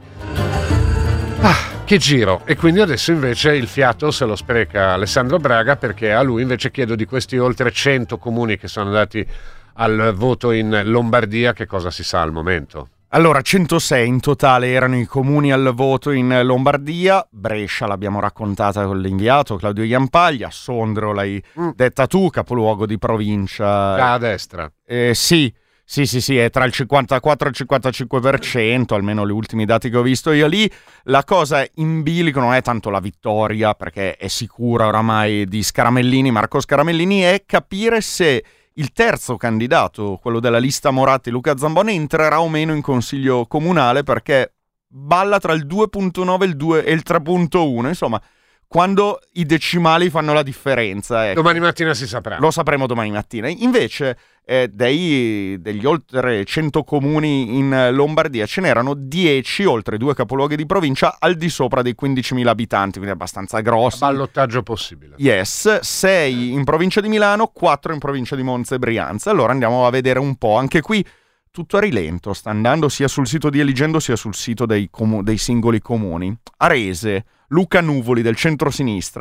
Ah, che giro! E quindi adesso invece il fiato se lo spreca Alessandro Braga, perché a lui invece chiedo di questi oltre cento comuni che sono andati al voto in Lombardia, che cosa si sa al momento? Allora, centosei in totale erano i comuni al voto in Lombardia. Brescia l'abbiamo raccontata con l'inviato Claudio Iampaglia, Sondrio l'hai mm. detta tu, capoluogo di provincia. Da a destra. Eh, sì, sì, sì, sì, è tra il cinquantaquattro e il cinquantacinque per cento, almeno gli ultimi dati che ho visto io lì. La cosa in bilico non è tanto la vittoria, perché è sicura oramai di Scaramellini, Marco Scaramellini, è capire se il terzo candidato, quello della lista Moratti, Luca Zamboni, entrerà o meno in consiglio comunale, perché balla tra il due virgola nove e il, due e il tre virgola uno, insomma, quando i decimali fanno la differenza. Ecco. Domani mattina si saprà. Lo sapremo domani mattina. Invece eh, dei, degli oltre cento comuni in Lombardia ce n'erano dieci, oltre due capoluoghi di provincia, al di sopra dei quindicimila abitanti, quindi abbastanza grossi. Ballottaggio possibile. Yes, sei in provincia di Milano, quattro in provincia di Monza e Brianza. Allora andiamo a vedere un po', anche qui tutto a rilento, sta andando sia sul sito di Eligendo sia sul sito dei, comu- dei singoli comuni. Arese, Luca Nuvoli del centrosinistra,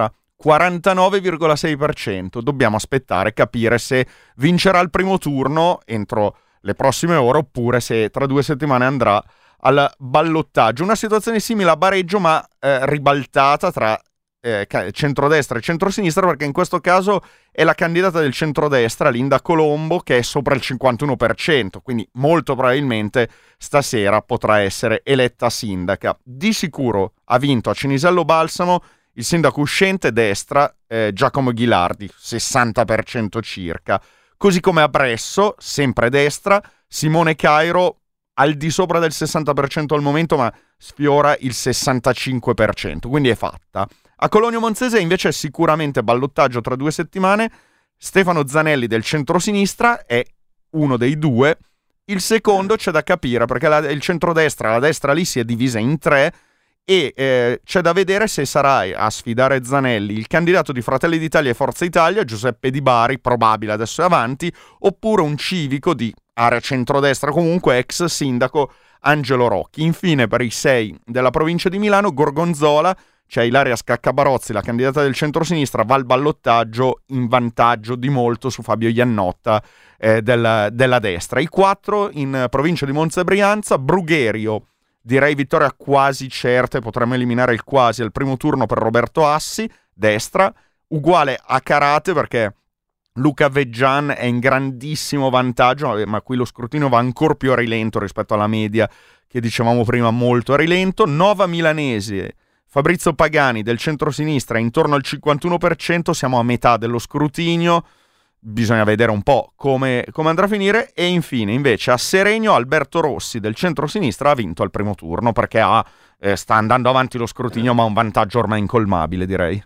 quarantanove virgola sei per cento. Dobbiamo aspettare, capire se vincerà il primo turno entro le prossime ore oppure se tra due settimane andrà al ballottaggio. Una situazione simile a Bareggio, ma eh, ribaltata tra eh, centrodestra e centrosinistra, perché in questo caso è la candidata del centrodestra, Linda Colombo, che è sopra il cinquantuno per cento, quindi molto probabilmente stasera potrà essere eletta sindaca. Di sicuro ha vinto a Cinisello Balsamo il sindaco uscente destra eh, Giacomo Ghilardi, sessanta per cento circa, così come a Bresso, sempre destra, Simone Cairo, al di sopra del sessanta per cento al momento, ma sfiora il sessantacinque per cento, quindi è fatta. A Cologno Monzese invece è sicuramente ballottaggio tra due settimane. Stefano Zanelli del centrosinistra è uno dei due. Il secondo c'è da capire, perché la, il centrodestra, la destra lì si è divisa in tre, e eh, c'è da vedere se sarà a sfidare Zanelli il candidato di Fratelli d'Italia e Forza Italia, Giuseppe Di Bari, probabile adesso è avanti, oppure un civico di area centrodestra, comunque ex sindaco Angelo Rocchi. Infine, per i sei della provincia di Milano, Gorgonzola, c'è Ilaria Scaccabarozzi, la candidata del centrosinistra, va al ballottaggio in vantaggio di molto su Fabio Iannotta eh, della, della destra. I quattro in provincia di Monza e Brianza, Brugherio, direi vittoria quasi certa, potremmo eliminare il quasi al primo turno per Roberto Assi, destra, uguale a Carate perché Luca Veggian è in grandissimo vantaggio, ma qui lo scrutinio va ancora più a rilento rispetto alla media che dicevamo prima, molto a rilento. Nova Milanese, Fabrizio Pagani del centrosinistra intorno al cinquantuno per cento, siamo a metà dello scrutinio, bisogna vedere un po' come, come andrà a finire. E infine invece a Seregno Alberto Rossi del centrosinistra ha vinto al primo turno perché ha, eh, sta andando avanti lo scrutinio, ma ha un vantaggio ormai incolmabile, direi.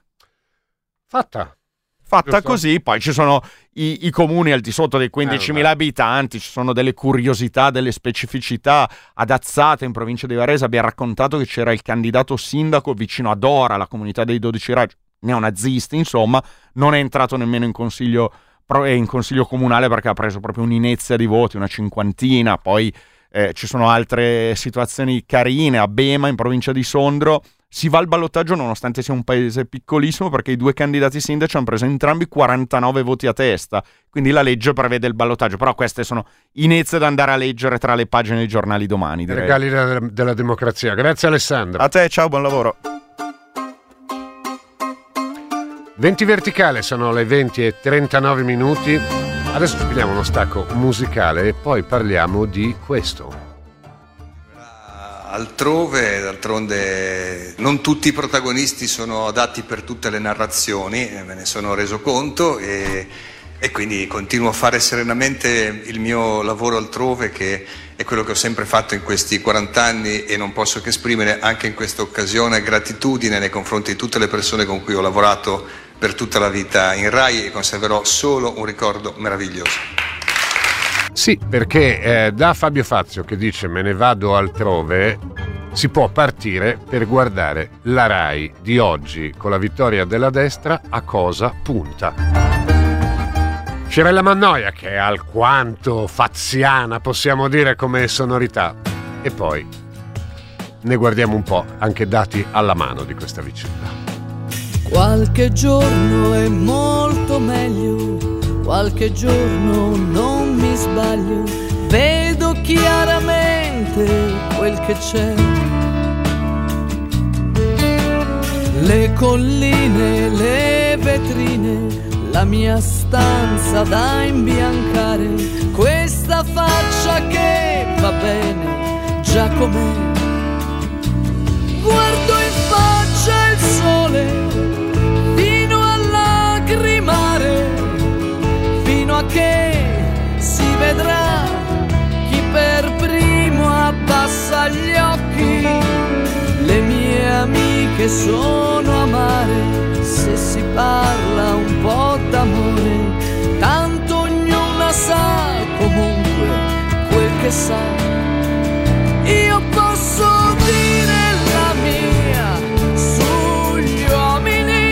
Fatta. Fatta Giusto. Così, poi ci sono i, i comuni al di sotto dei quindicimila eh, abitanti, ci sono delle curiosità, delle specificità. Ad Azzate, in provincia di Varese, abbiamo raccontato che c'era il candidato sindaco vicino ad Ora, la comunità dei dodici raggi, neonazisti, insomma, non è entrato nemmeno in consiglio, in consiglio comunale perché ha preso proprio un'inezia di voti, una cinquantina. Poi eh, ci sono altre situazioni carine. A Bema, in provincia di Sondrio, si va al ballottaggio nonostante sia un paese piccolissimo perché i due candidati sindaci hanno preso entrambi quarantanove voti a testa, quindi la legge prevede il ballottaggio, però queste sono inizie da andare a leggere tra le pagine dei giornali domani, direi. Regali della, della democrazia. Grazie Alessandro. A te, ciao, buon lavoro. venti verticale, sono le venti e trentanove minuti. Adesso spieghiamo uno stacco musicale e poi parliamo di questo. Altrove, d'altronde non tutti i protagonisti sono adatti per tutte le narrazioni, me ne sono reso conto e, e quindi continuo a fare serenamente il mio lavoro altrove, che è quello che ho sempre fatto in questi quaranta anni, e non posso che esprimere anche in questa occasione gratitudine nei confronti di tutte le persone con cui ho lavorato per tutta la vita in Rai, e conserverò solo un ricordo meraviglioso. Sì, perché eh, da Fabio Fazio che dice me ne vado altrove si può partire per guardare la Rai di oggi con la vittoria della destra a cosa punta. Cirella Mannoia, che è alquanto faziana, possiamo dire, come sonorità, e poi ne guardiamo un po' anche dati alla mano di questa vicenda. Qualche giorno è molto meglio, qualche giorno non mi sbaglio, vedo chiaramente quel che c'è. Le colline, le vetrine, la mia stanza da imbiancare, questa faccia che va bene già com'è. Guardo in faccia il sole fino a lacrimare, fino a che si vedrà chi per primo abbassa gli occhi. Le mie amiche sono amare, se si parla un po' d'amore, tanto ognuna sa comunque quel che sa. Io posso dire la mia sugli uomini,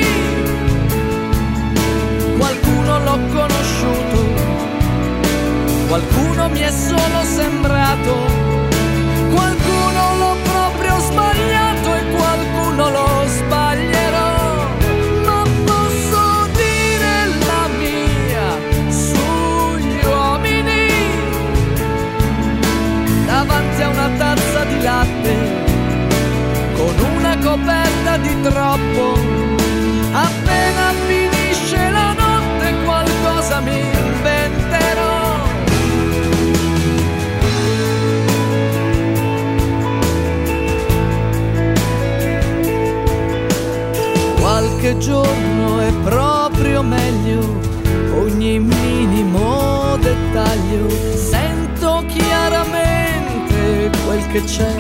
qualcuno l'ho conosciuto, qualcuno mi è solo sembrato, qualcuno l'ho proprio sbagliato e qualcuno lo sbaglierò, ma coperta di troppo. Appena finisce la notte qualcosa mi inventerò. Qualche giorno è proprio meglio, ogni minimo dettaglio sento chiaramente quel che c'è.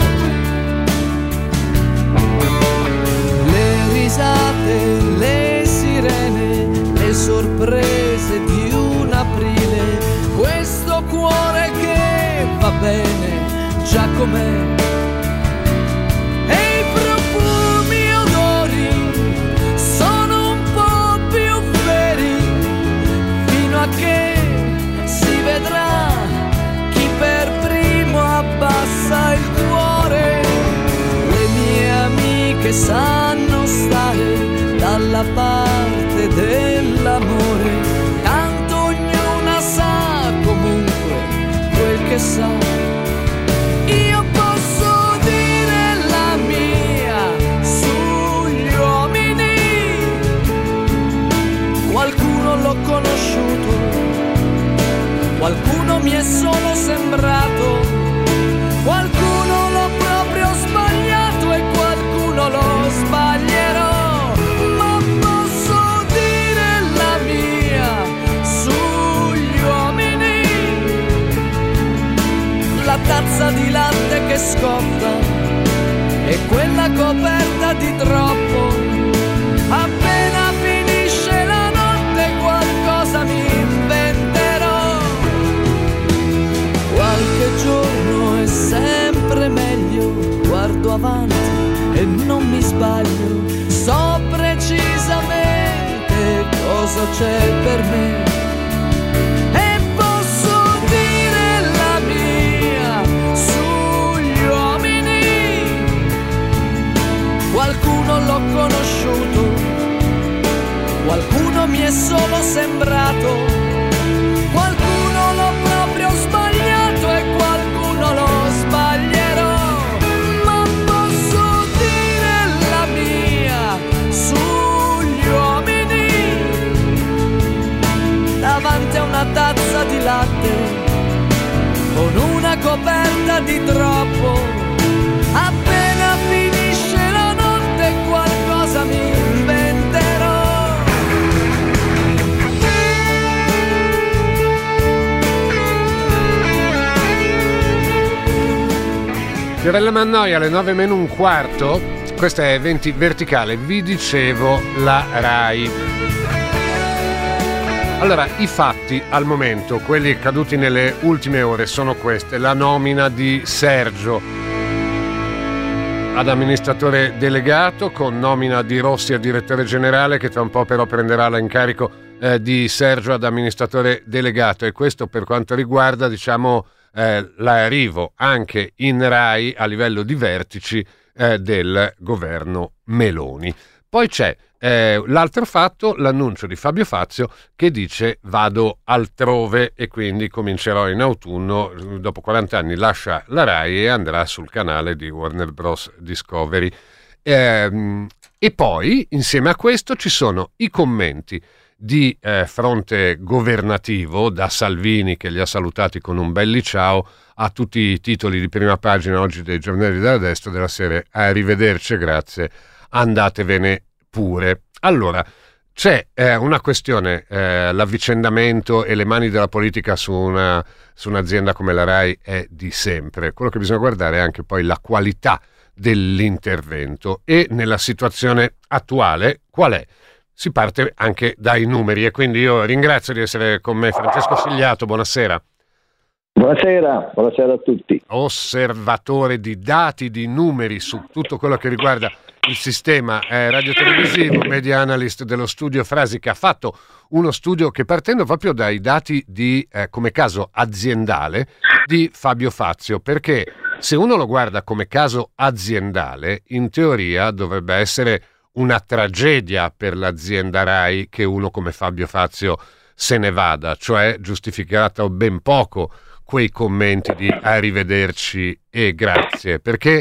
Le risate, le sirene, le sorprese di un aprile, questo cuore che va bene già com'è. E i profumi odori sono un po' più veri, fino a che si vedrà chi per primo abbassa il cuore. Le mie amiche sanno stare dalla parte dell'amore, tanto ognuna sa comunque quel che sa. Io posso dire la mia sugli uomini, qualcuno l'ho conosciuto, qualcuno mi è solo sembrato, qualcuno l'ho proprio sbagliato e qualcuno lo sbaglierò. Ma posso dire la mia sugli uomini, la tazza di latte che scotta e quella coperta di troppo. Appena finisce la notte qualcosa mi inventerò. Qualche giorno è sempre meglio, guardo avanti e non mi sbaglio, so precisamente cosa c'è per me. E posso dire la mia sugli uomini, qualcuno l'ho conosciuto, qualcuno mi è solo sembrato, qualcuno l'ho proprio sbagliato e qualcuno lo sbaglierò. Ma posso dire la mia sugli uomini, davanti a una tazza di latte con una coperta di troppo. Appena finisce la notte qualcosa mi inventerò. Fiorella Mannoia alle nove meno un quarto, questa è venti verticale, vi dicevo la Rai. Allora, i fatti al momento, quelli accaduti nelle ultime ore, sono queste: la nomina di Sergio ad amministratore delegato, con nomina di Rossi a direttore generale, che tra un po' però prenderà l'incarico eh, di Sergio ad amministratore delegato, e questo per quanto riguarda, diciamo, eh, l'arrivo anche in Rai a livello di vertici eh, del governo Meloni. Poi c'è eh, l'altro fatto, l'annuncio di Fabio Fazio che dice vado altrove e quindi comincerò in autunno, dopo quaranta anni lascia la Rai e andrà sul canale di Warner Bros. Discovery. Eh, e poi insieme a questo ci sono i commenti di eh, fronte governativo da Salvini, che li ha salutati con un belli ciao, a tutti i titoli di prima pagina oggi dei giornali della destra della serie arrivederci, grazie, andatevene pure. Allora, c'è eh, una questione, eh, l'avvicendamento e le mani della politica su, una, su un'azienda come la Rai è di sempre. Quello che bisogna guardare è anche poi la qualità dell'intervento, e nella situazione attuale qual è? Si parte anche dai numeri, e quindi io ringrazio di essere con me Francesco Figliato, buonasera. Buonasera, buonasera a tutti. Osservatore di dati, di numeri su tutto quello che riguarda il sistema eh, radiotelevisivo, media analyst dello studio Frasi, che ha fatto uno studio che, partendo proprio dai dati di eh, come caso aziendale di Fabio Fazio, perché se uno lo guarda come caso aziendale, in teoria dovrebbe essere una tragedia per l'azienda Rai che uno come Fabio Fazio se ne vada, cioè giustificato ben poco quei commenti di arrivederci e grazie, perché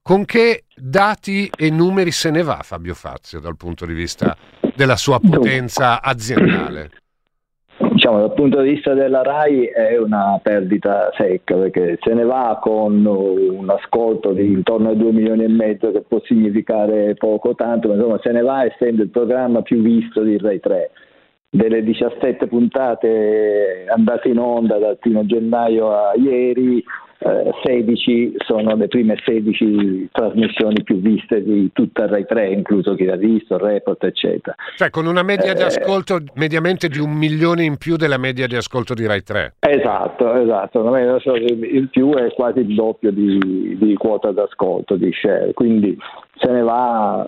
con che dati e numeri se ne va Fabio Fazio dal punto di vista della sua potenza aziendale? Diciamo, dal punto di vista della RAI è una perdita secca, perché se ne va con un ascolto di intorno ai due milioni e mezzo, che può significare poco tanto, ma insomma se ne va essendo il programma più visto di Rai tre. Delle diciassette puntate andate in onda dal primo gennaio a ieri, eh, sedici sono le prime sedici trasmissioni più viste di tutta Rai tre, incluso Chi l'ha visto, Report, eccetera. Cioè con una media eh, di ascolto mediamente di un milione in più della media di ascolto di Rai tre. Esatto, esatto. Una media di ascolto in più è quasi il doppio di, di quota d'ascolto, di share. Quindi se ne va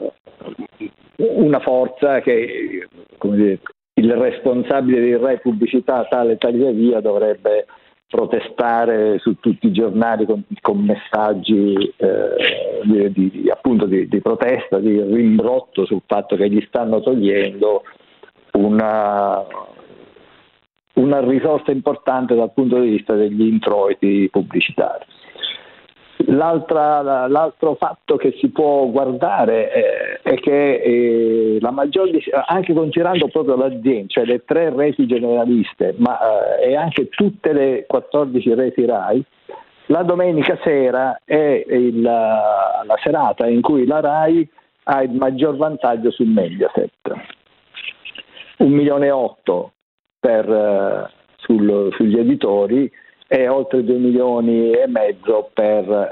una forza che, come dire, il responsabile di Rai Pubblicità, tale Talia Via, dovrebbe protestare su tutti i giornali con, con messaggi eh, di, di, appunto di, di protesta, di rimbrotto sul fatto che gli stanno togliendo una, una risorsa importante dal punto di vista degli introiti pubblicitari. L'altra, l'altro fatto che si può guardare è, è che eh, la maggior, anche considerando proprio l'azienda, cioè le tre reti generaliste, ma eh, e anche tutte le quattordici reti RAI, la domenica sera è il, la, la serata in cui la RAI ha il maggior vantaggio sul Mediaset. Un milione e otto per, eh, sul, sugli editori, e oltre due milioni e mezzo per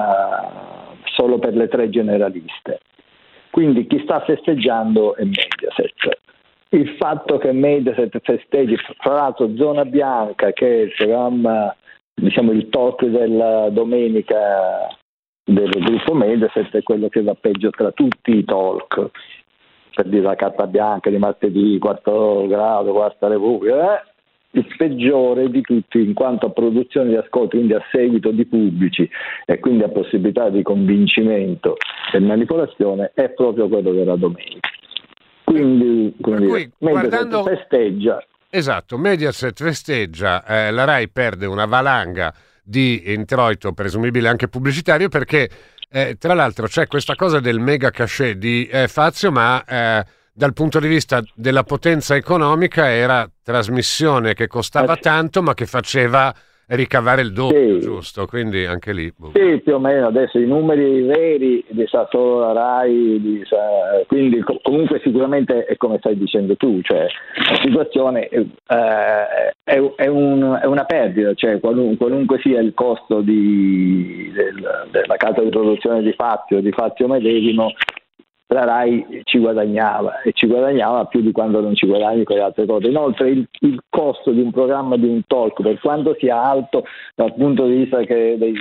la, solo per le tre generaliste. Quindi chi sta festeggiando è Mediaset. Il fatto che Mediaset festeggi, tra l'altro Zona Bianca, che è il programma, diciamo il talk della domenica del gruppo Mediaset, è quello che va peggio tra tutti i talk, per dire la carta bianca di martedì, quarto grado, quarta repubblica, eh? il peggiore di tutti in quanto a produzione di ascolto, quindi a seguito di pubblici e quindi a possibilità di convincimento e manipolazione, è proprio quello della domenica. Quindi, come dire, cui, Mediaset guardando... festeggia. Esatto, Mediaset festeggia, eh, la RAI perde una valanga di introito presumibile anche pubblicitario, perché eh, tra l'altro c'è questa cosa del mega cachet di eh, Fazio, ma eh, dal punto di vista della potenza economica era trasmissione che costava eh, tanto ma che faceva ricavare il doppio, sì, giusto? Quindi anche lì boh. Sì, più o meno. Adesso i numeri veri di sa solo la RAI, di sa, quindi co- comunque sicuramente è come stai dicendo tu, cioè la situazione eh, è, è, un, è una perdita, cioè qualun, qualunque sia il costo di, del, della casa di produzione di Fazio, di Fazio medesimo, la RAI ci guadagnava e ci guadagnava più di quando non ci guadagni con le altre cose. Inoltre il, il costo di un programma, di un talk, per quanto sia alto dal punto di vista che dei,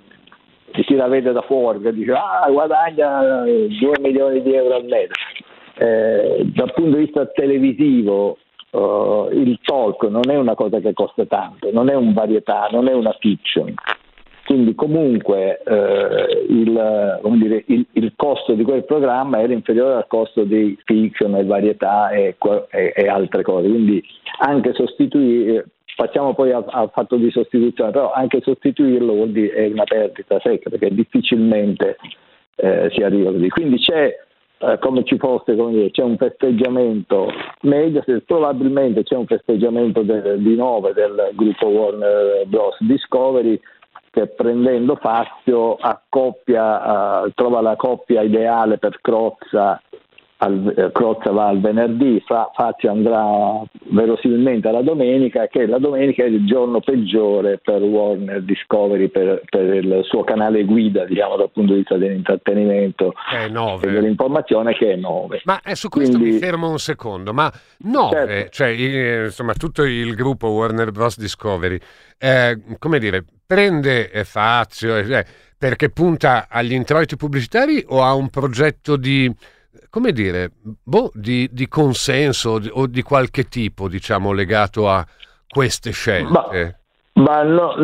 di chi la vede da fuori, che dice ah guadagna due milioni di euro al mese, eh, dal punto di vista televisivo uh, il talk non è una cosa che costa tanto, non è un varietà, non è una fiction. Quindi comunque eh, il, come dire, il, il costo di quel programma era inferiore al costo di fiction e varietà e, e, e altre cose. Quindi anche sostituire, passiamo poi al, al fatto di sostituzione, però anche sostituirlo vuol dire è una perdita secca, perché difficilmente eh, si arriva così. Quindi c'è, eh, come ci fosse, come dire, c'è un festeggiamento Mediaset, probabilmente c'è un festeggiamento del, di nove del gruppo Warner Bros. Discovery, che prendendo Fazio accoppia, uh, trova la coppia ideale per Crozza, al, eh, Crozza va al venerdì, Fa, Fazio andrà verosimilmente alla domenica, che la domenica è il giorno peggiore per Warner Discovery, per, per il suo canale guida, diciamo dal punto di vista dell'intrattenimento e dell'informazione, che è nove. Ma eh, su questo Quindi, mi fermo un secondo, ma nove, certo. Cioè eh, insomma tutto il gruppo Warner Bros. Discovery, eh, come dire, prende Fazio eh, perché punta agli introiti pubblicitari o ha un progetto di, come dire, boh, di, di consenso di, o di qualche tipo, diciamo, legato a queste scelte? Ma, ma no,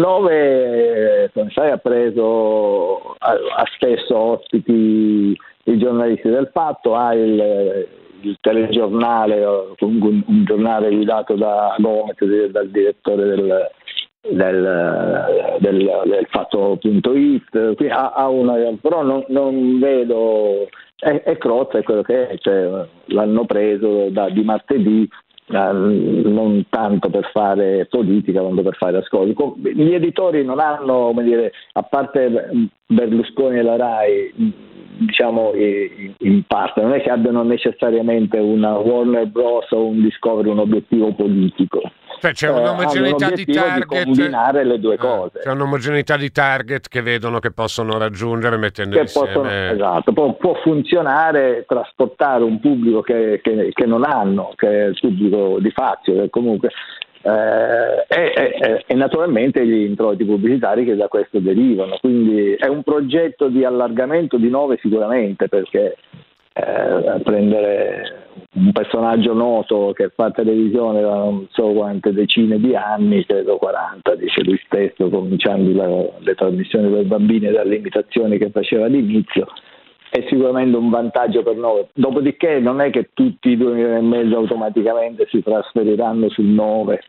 nove, come sai, ha preso, ha, ha spesso ospiti i giornalisti del Fatto, ha il, il telegiornale, comunque un, un giornale guidato da Gomez, dal direttore del del, del, del fatto.it, ha, ha una, però non, non vedo, è, è Crozza, è quello che è, cioè, l'hanno preso da, di martedì, eh, non tanto per fare politica quanto per fare ascolti. Gli editori non hanno, come dire, a parte Berlusconi e la Rai, diciamo in parte, non è che abbiano necessariamente una Warner Bros o un Discovery, un obiettivo politico. Cioè c'è un'omogeneità di target, di combinare le due cose. C'è un'omogeneità di target che vedono che possono raggiungere mettendo che insieme. Possono, esatto, può, può funzionare, trasportare un pubblico che, che, che non hanno, che è il pubblico di Fazio, che comunque eh, e, e, e naturalmente gli introiti pubblicitari che da questo derivano. Quindi è un progetto di allargamento di Nove sicuramente, perché Eh, prendere un personaggio noto che fa televisione da non so quante decine di anni, credo quaranta, dice lui stesso, cominciando la, le trasmissioni per bambini dalle imitazioni che faceva all'inizio, è sicuramente un vantaggio per noi. Dopodiché non è che tutti i due milioni e mezzo automaticamente si trasferiranno sul nove,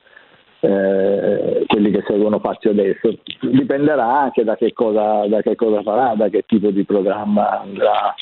eh, quelli che seguono Fazio adesso, dipenderà anche da che cosa, da che cosa farà, da che tipo di programma andrà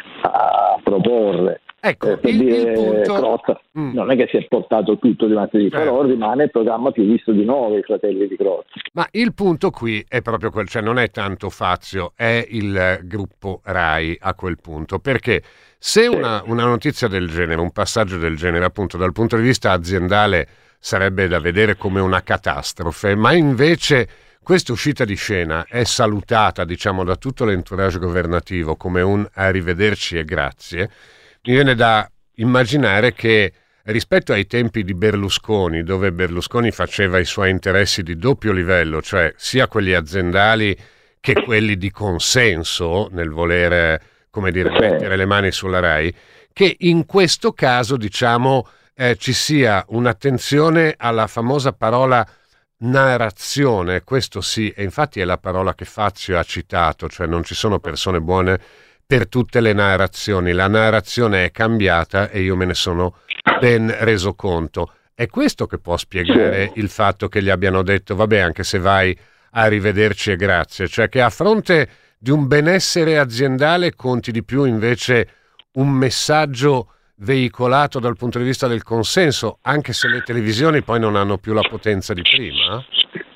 a proporre. Ecco, eh, per il, dire, il punto... Crozza mm. non è che si è portato tutto di martedì, certo. Però rimane il programma più visto di Nove, i Fratelli di Crozza. Ma il punto qui è proprio quel, cioè non è tanto Fazio, è il gruppo Rai a quel punto, perché se una, una notizia del genere, un passaggio del genere, appunto dal punto di vista aziendale sarebbe da vedere come una catastrofe, ma invece questa uscita di scena è salutata, diciamo, da tutto l'entourage governativo come un arrivederci e grazie, mi viene da immaginare che rispetto ai tempi di Berlusconi, dove Berlusconi faceva i suoi interessi di doppio livello, cioè sia quelli aziendali che quelli di consenso nel volere, come dire, mettere le mani sulla Rai, che in questo caso, diciamo, eh, ci sia un'attenzione alla famosa parola narrazione, questo sì, e infatti è la parola che Fazio ha citato, cioè non ci sono persone buone per tutte le narrazioni, la narrazione è cambiata e io me ne sono ben reso conto. È questo che può spiegare il fatto che gli abbiano detto vabbè, anche se vai, arrivederci e grazie, cioè che a fronte di un benessere aziendale conti di più invece un messaggio veicolato dal punto di vista del consenso, anche se le televisioni poi non hanno più la potenza di prima.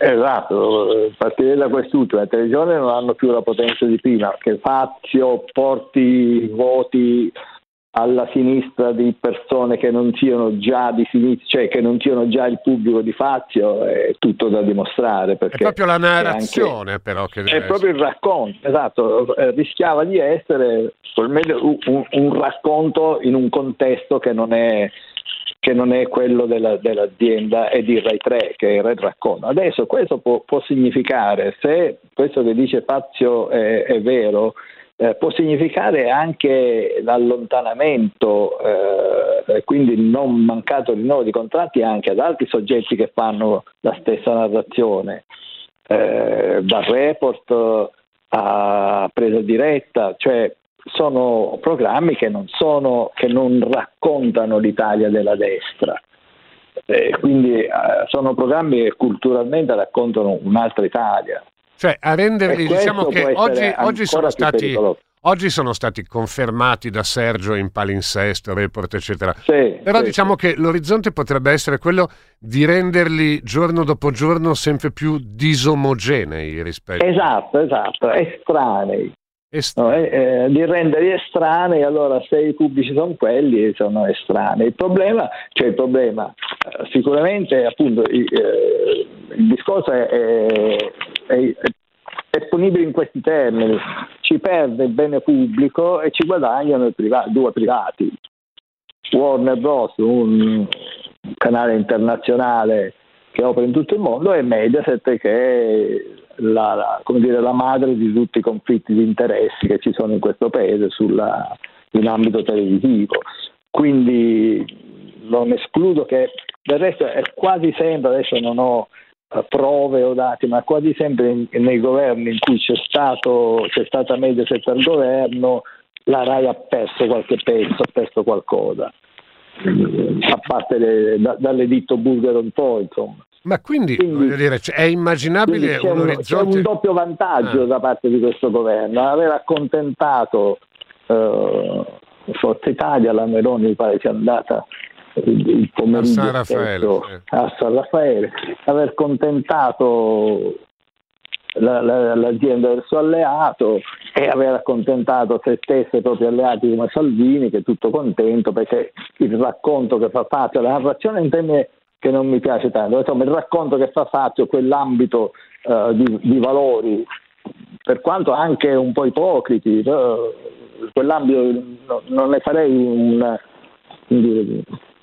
Esatto, partire da quest'ultimo, le televisioni non hanno più la potenza di prima, che Fazio porti voti alla sinistra di persone che non siano già di sinistra, cioè che non siano già il pubblico di Fazio, è tutto da dimostrare. Perché è proprio la narrazione, anche, però, che deve è proprio il racconto, esatto, rischiava di essere un, un racconto in un contesto che non è che non è quello della, dell'azienda e di Rai tre, che era il racconto. Adesso questo può, può significare, se questo che dice Fazio è, è vero, eh, può significare anche l'allontanamento e eh, quindi il non mancato rinnovo di contratti anche ad altri soggetti che fanno la stessa narrazione, eh, dal Report a Presa Diretta, cioè sono programmi che non sono che non raccontano l'Italia della destra, eh, quindi eh, sono programmi che culturalmente raccontano un'altra Italia. Cioè a renderli, diciamo che oggi, oggi sono stati oggi sono stati confermati da Sergio in palinsesto, Report eccetera, sì, però sì, diciamo sì. che l'orizzonte potrebbe essere quello di renderli giorno dopo giorno sempre più disomogenei rispetto. Esatto, esatto, estranei. Est- no, eh, eh, di renderli estranei, allora se i pubblici sono quelli, sono estranei. Il problema, cioè il problema, eh, sicuramente appunto il, eh, il discorso è, è, è, è ponibile in questi termini: ci perde il bene pubblico e ci guadagnano i priva- due privati. Warner Bros, un canale internazionale che opera in tutto il mondo, e Mediaset, che è La, la, come dire, la madre di tutti i conflitti di interessi che ci sono in questo paese sulla, in ambito televisivo. Quindi non escludo che, del resto è quasi sempre, adesso non ho uh, prove o dati, ma quasi sempre in, nei governi in cui c'è stato c'è stata Mediaset al governo, la Rai ha perso qualche pezzo, ha perso qualcosa, a parte le, da, dall'editto Bulgaro in poi, insomma. Ma quindi, quindi voglio dire, è immaginabile c'è un un, orizzonte... c'è un doppio vantaggio ah. da parte di questo governo, aver accontentato eh, Forza Italia, la Meloni mi pare sia andata il, il pomeriggio a San Raffaele, stesso, sì. a San Raffaele, aver contentato la, la, l'azienda del suo alleato e aver accontentato se stesso e i propri alleati come Salvini, che è tutto contento perché il racconto che fa Fazio, la narrazione in termini che non mi piace tanto, insomma il racconto che fa Fazio, quell'ambito uh, di, di valori, per quanto anche un po' ipocriti, uh, quell'ambito no, non ne farei un, un,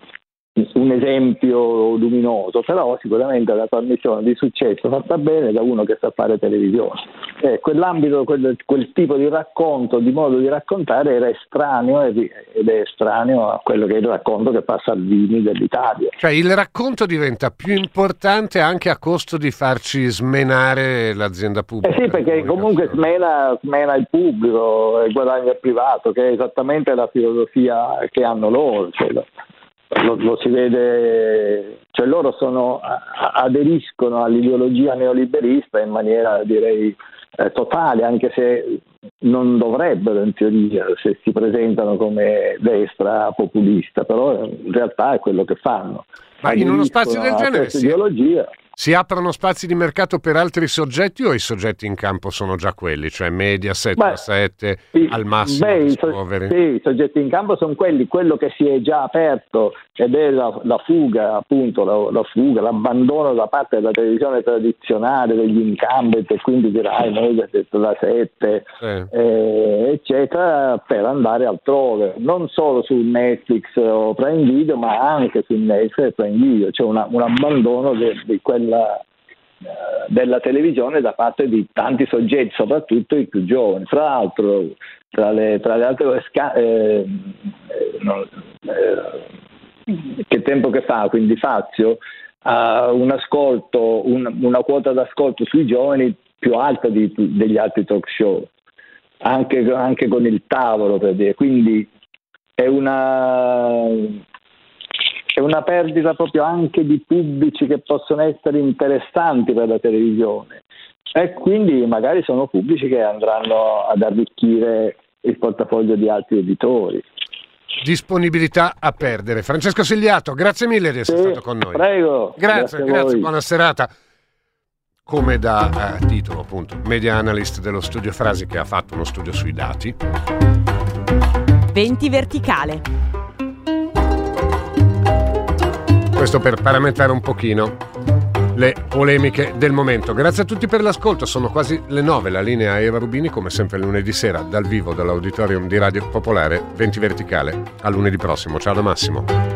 un esempio luminoso, però sicuramente la trasmissione di successo fatta bene da uno che sa fare televisione. Eh, quell'ambito, quel, quel tipo di racconto, di modo di raccontare era estraneo ed è estraneo a quello che è il racconto che fa Salvini dell'Italia. Cioè il racconto diventa più importante anche a costo di farci smenare l'azienda pubblica. Eh sì, perché comunque smena, smena il pubblico, il guadagno privato, che è esattamente la filosofia che hanno loro. Cioè, Lo, lo si vede, cioè loro sono, aderiscono all'ideologia neoliberista in maniera direi eh, totale, anche se non dovrebbero in teoria, se si presentano come destra populista, però in realtà è quello che fanno. Ma in uno spazio del genere si, ideologia. si aprono spazi di mercato per altri soggetti o i soggetti in campo sono già quelli, cioè Mediaset, beh, sette, sì, al massimo beh, i, so- sì, i soggetti in campo sono quelli, quello che si è già aperto ed è la, la fuga, appunto, la, la fuga, l'abbandono da parte della televisione tradizionale, degli incumbent, e quindi dirai Mediaset, la sette, sì. eh, eccetera, per andare altrove, non solo su Netflix o Prime Video, ma anche su Netflix e Prime Video. C'è una, un abbandono de, di quella uh, della televisione da parte di tanti soggetti, soprattutto i più giovani. Tra l'altro, tra le, tra le altre sca- eh, eh, no, eh, che tempo che fa, quindi Fazio ha un ascolto, un, una quota d'ascolto sui giovani più alta di, degli altri talk show, anche, anche con il tavolo, per dire. Quindi è una è una perdita proprio anche di pubblici che possono essere interessanti per la televisione, e quindi magari sono pubblici che andranno ad arricchire il portafoglio di altri editori. Disponibilità a perdere. Francesco Sigliato, grazie mille di essere sì, stato con noi. Prego. Grazie, grazie, grazie buona serata. Come da eh, titolo, appunto, media analyst dello studio Frasi, che ha fatto uno studio sui dati. venti verticale. Questo per parametrare un pochino le polemiche del momento. Grazie a tutti per l'ascolto, sono quasi le nove, la linea a Eva Rubini, come sempre lunedì sera dal vivo dall'auditorium di Radio Popolare. venti verticale, a lunedì prossimo. Ciao da Massimo.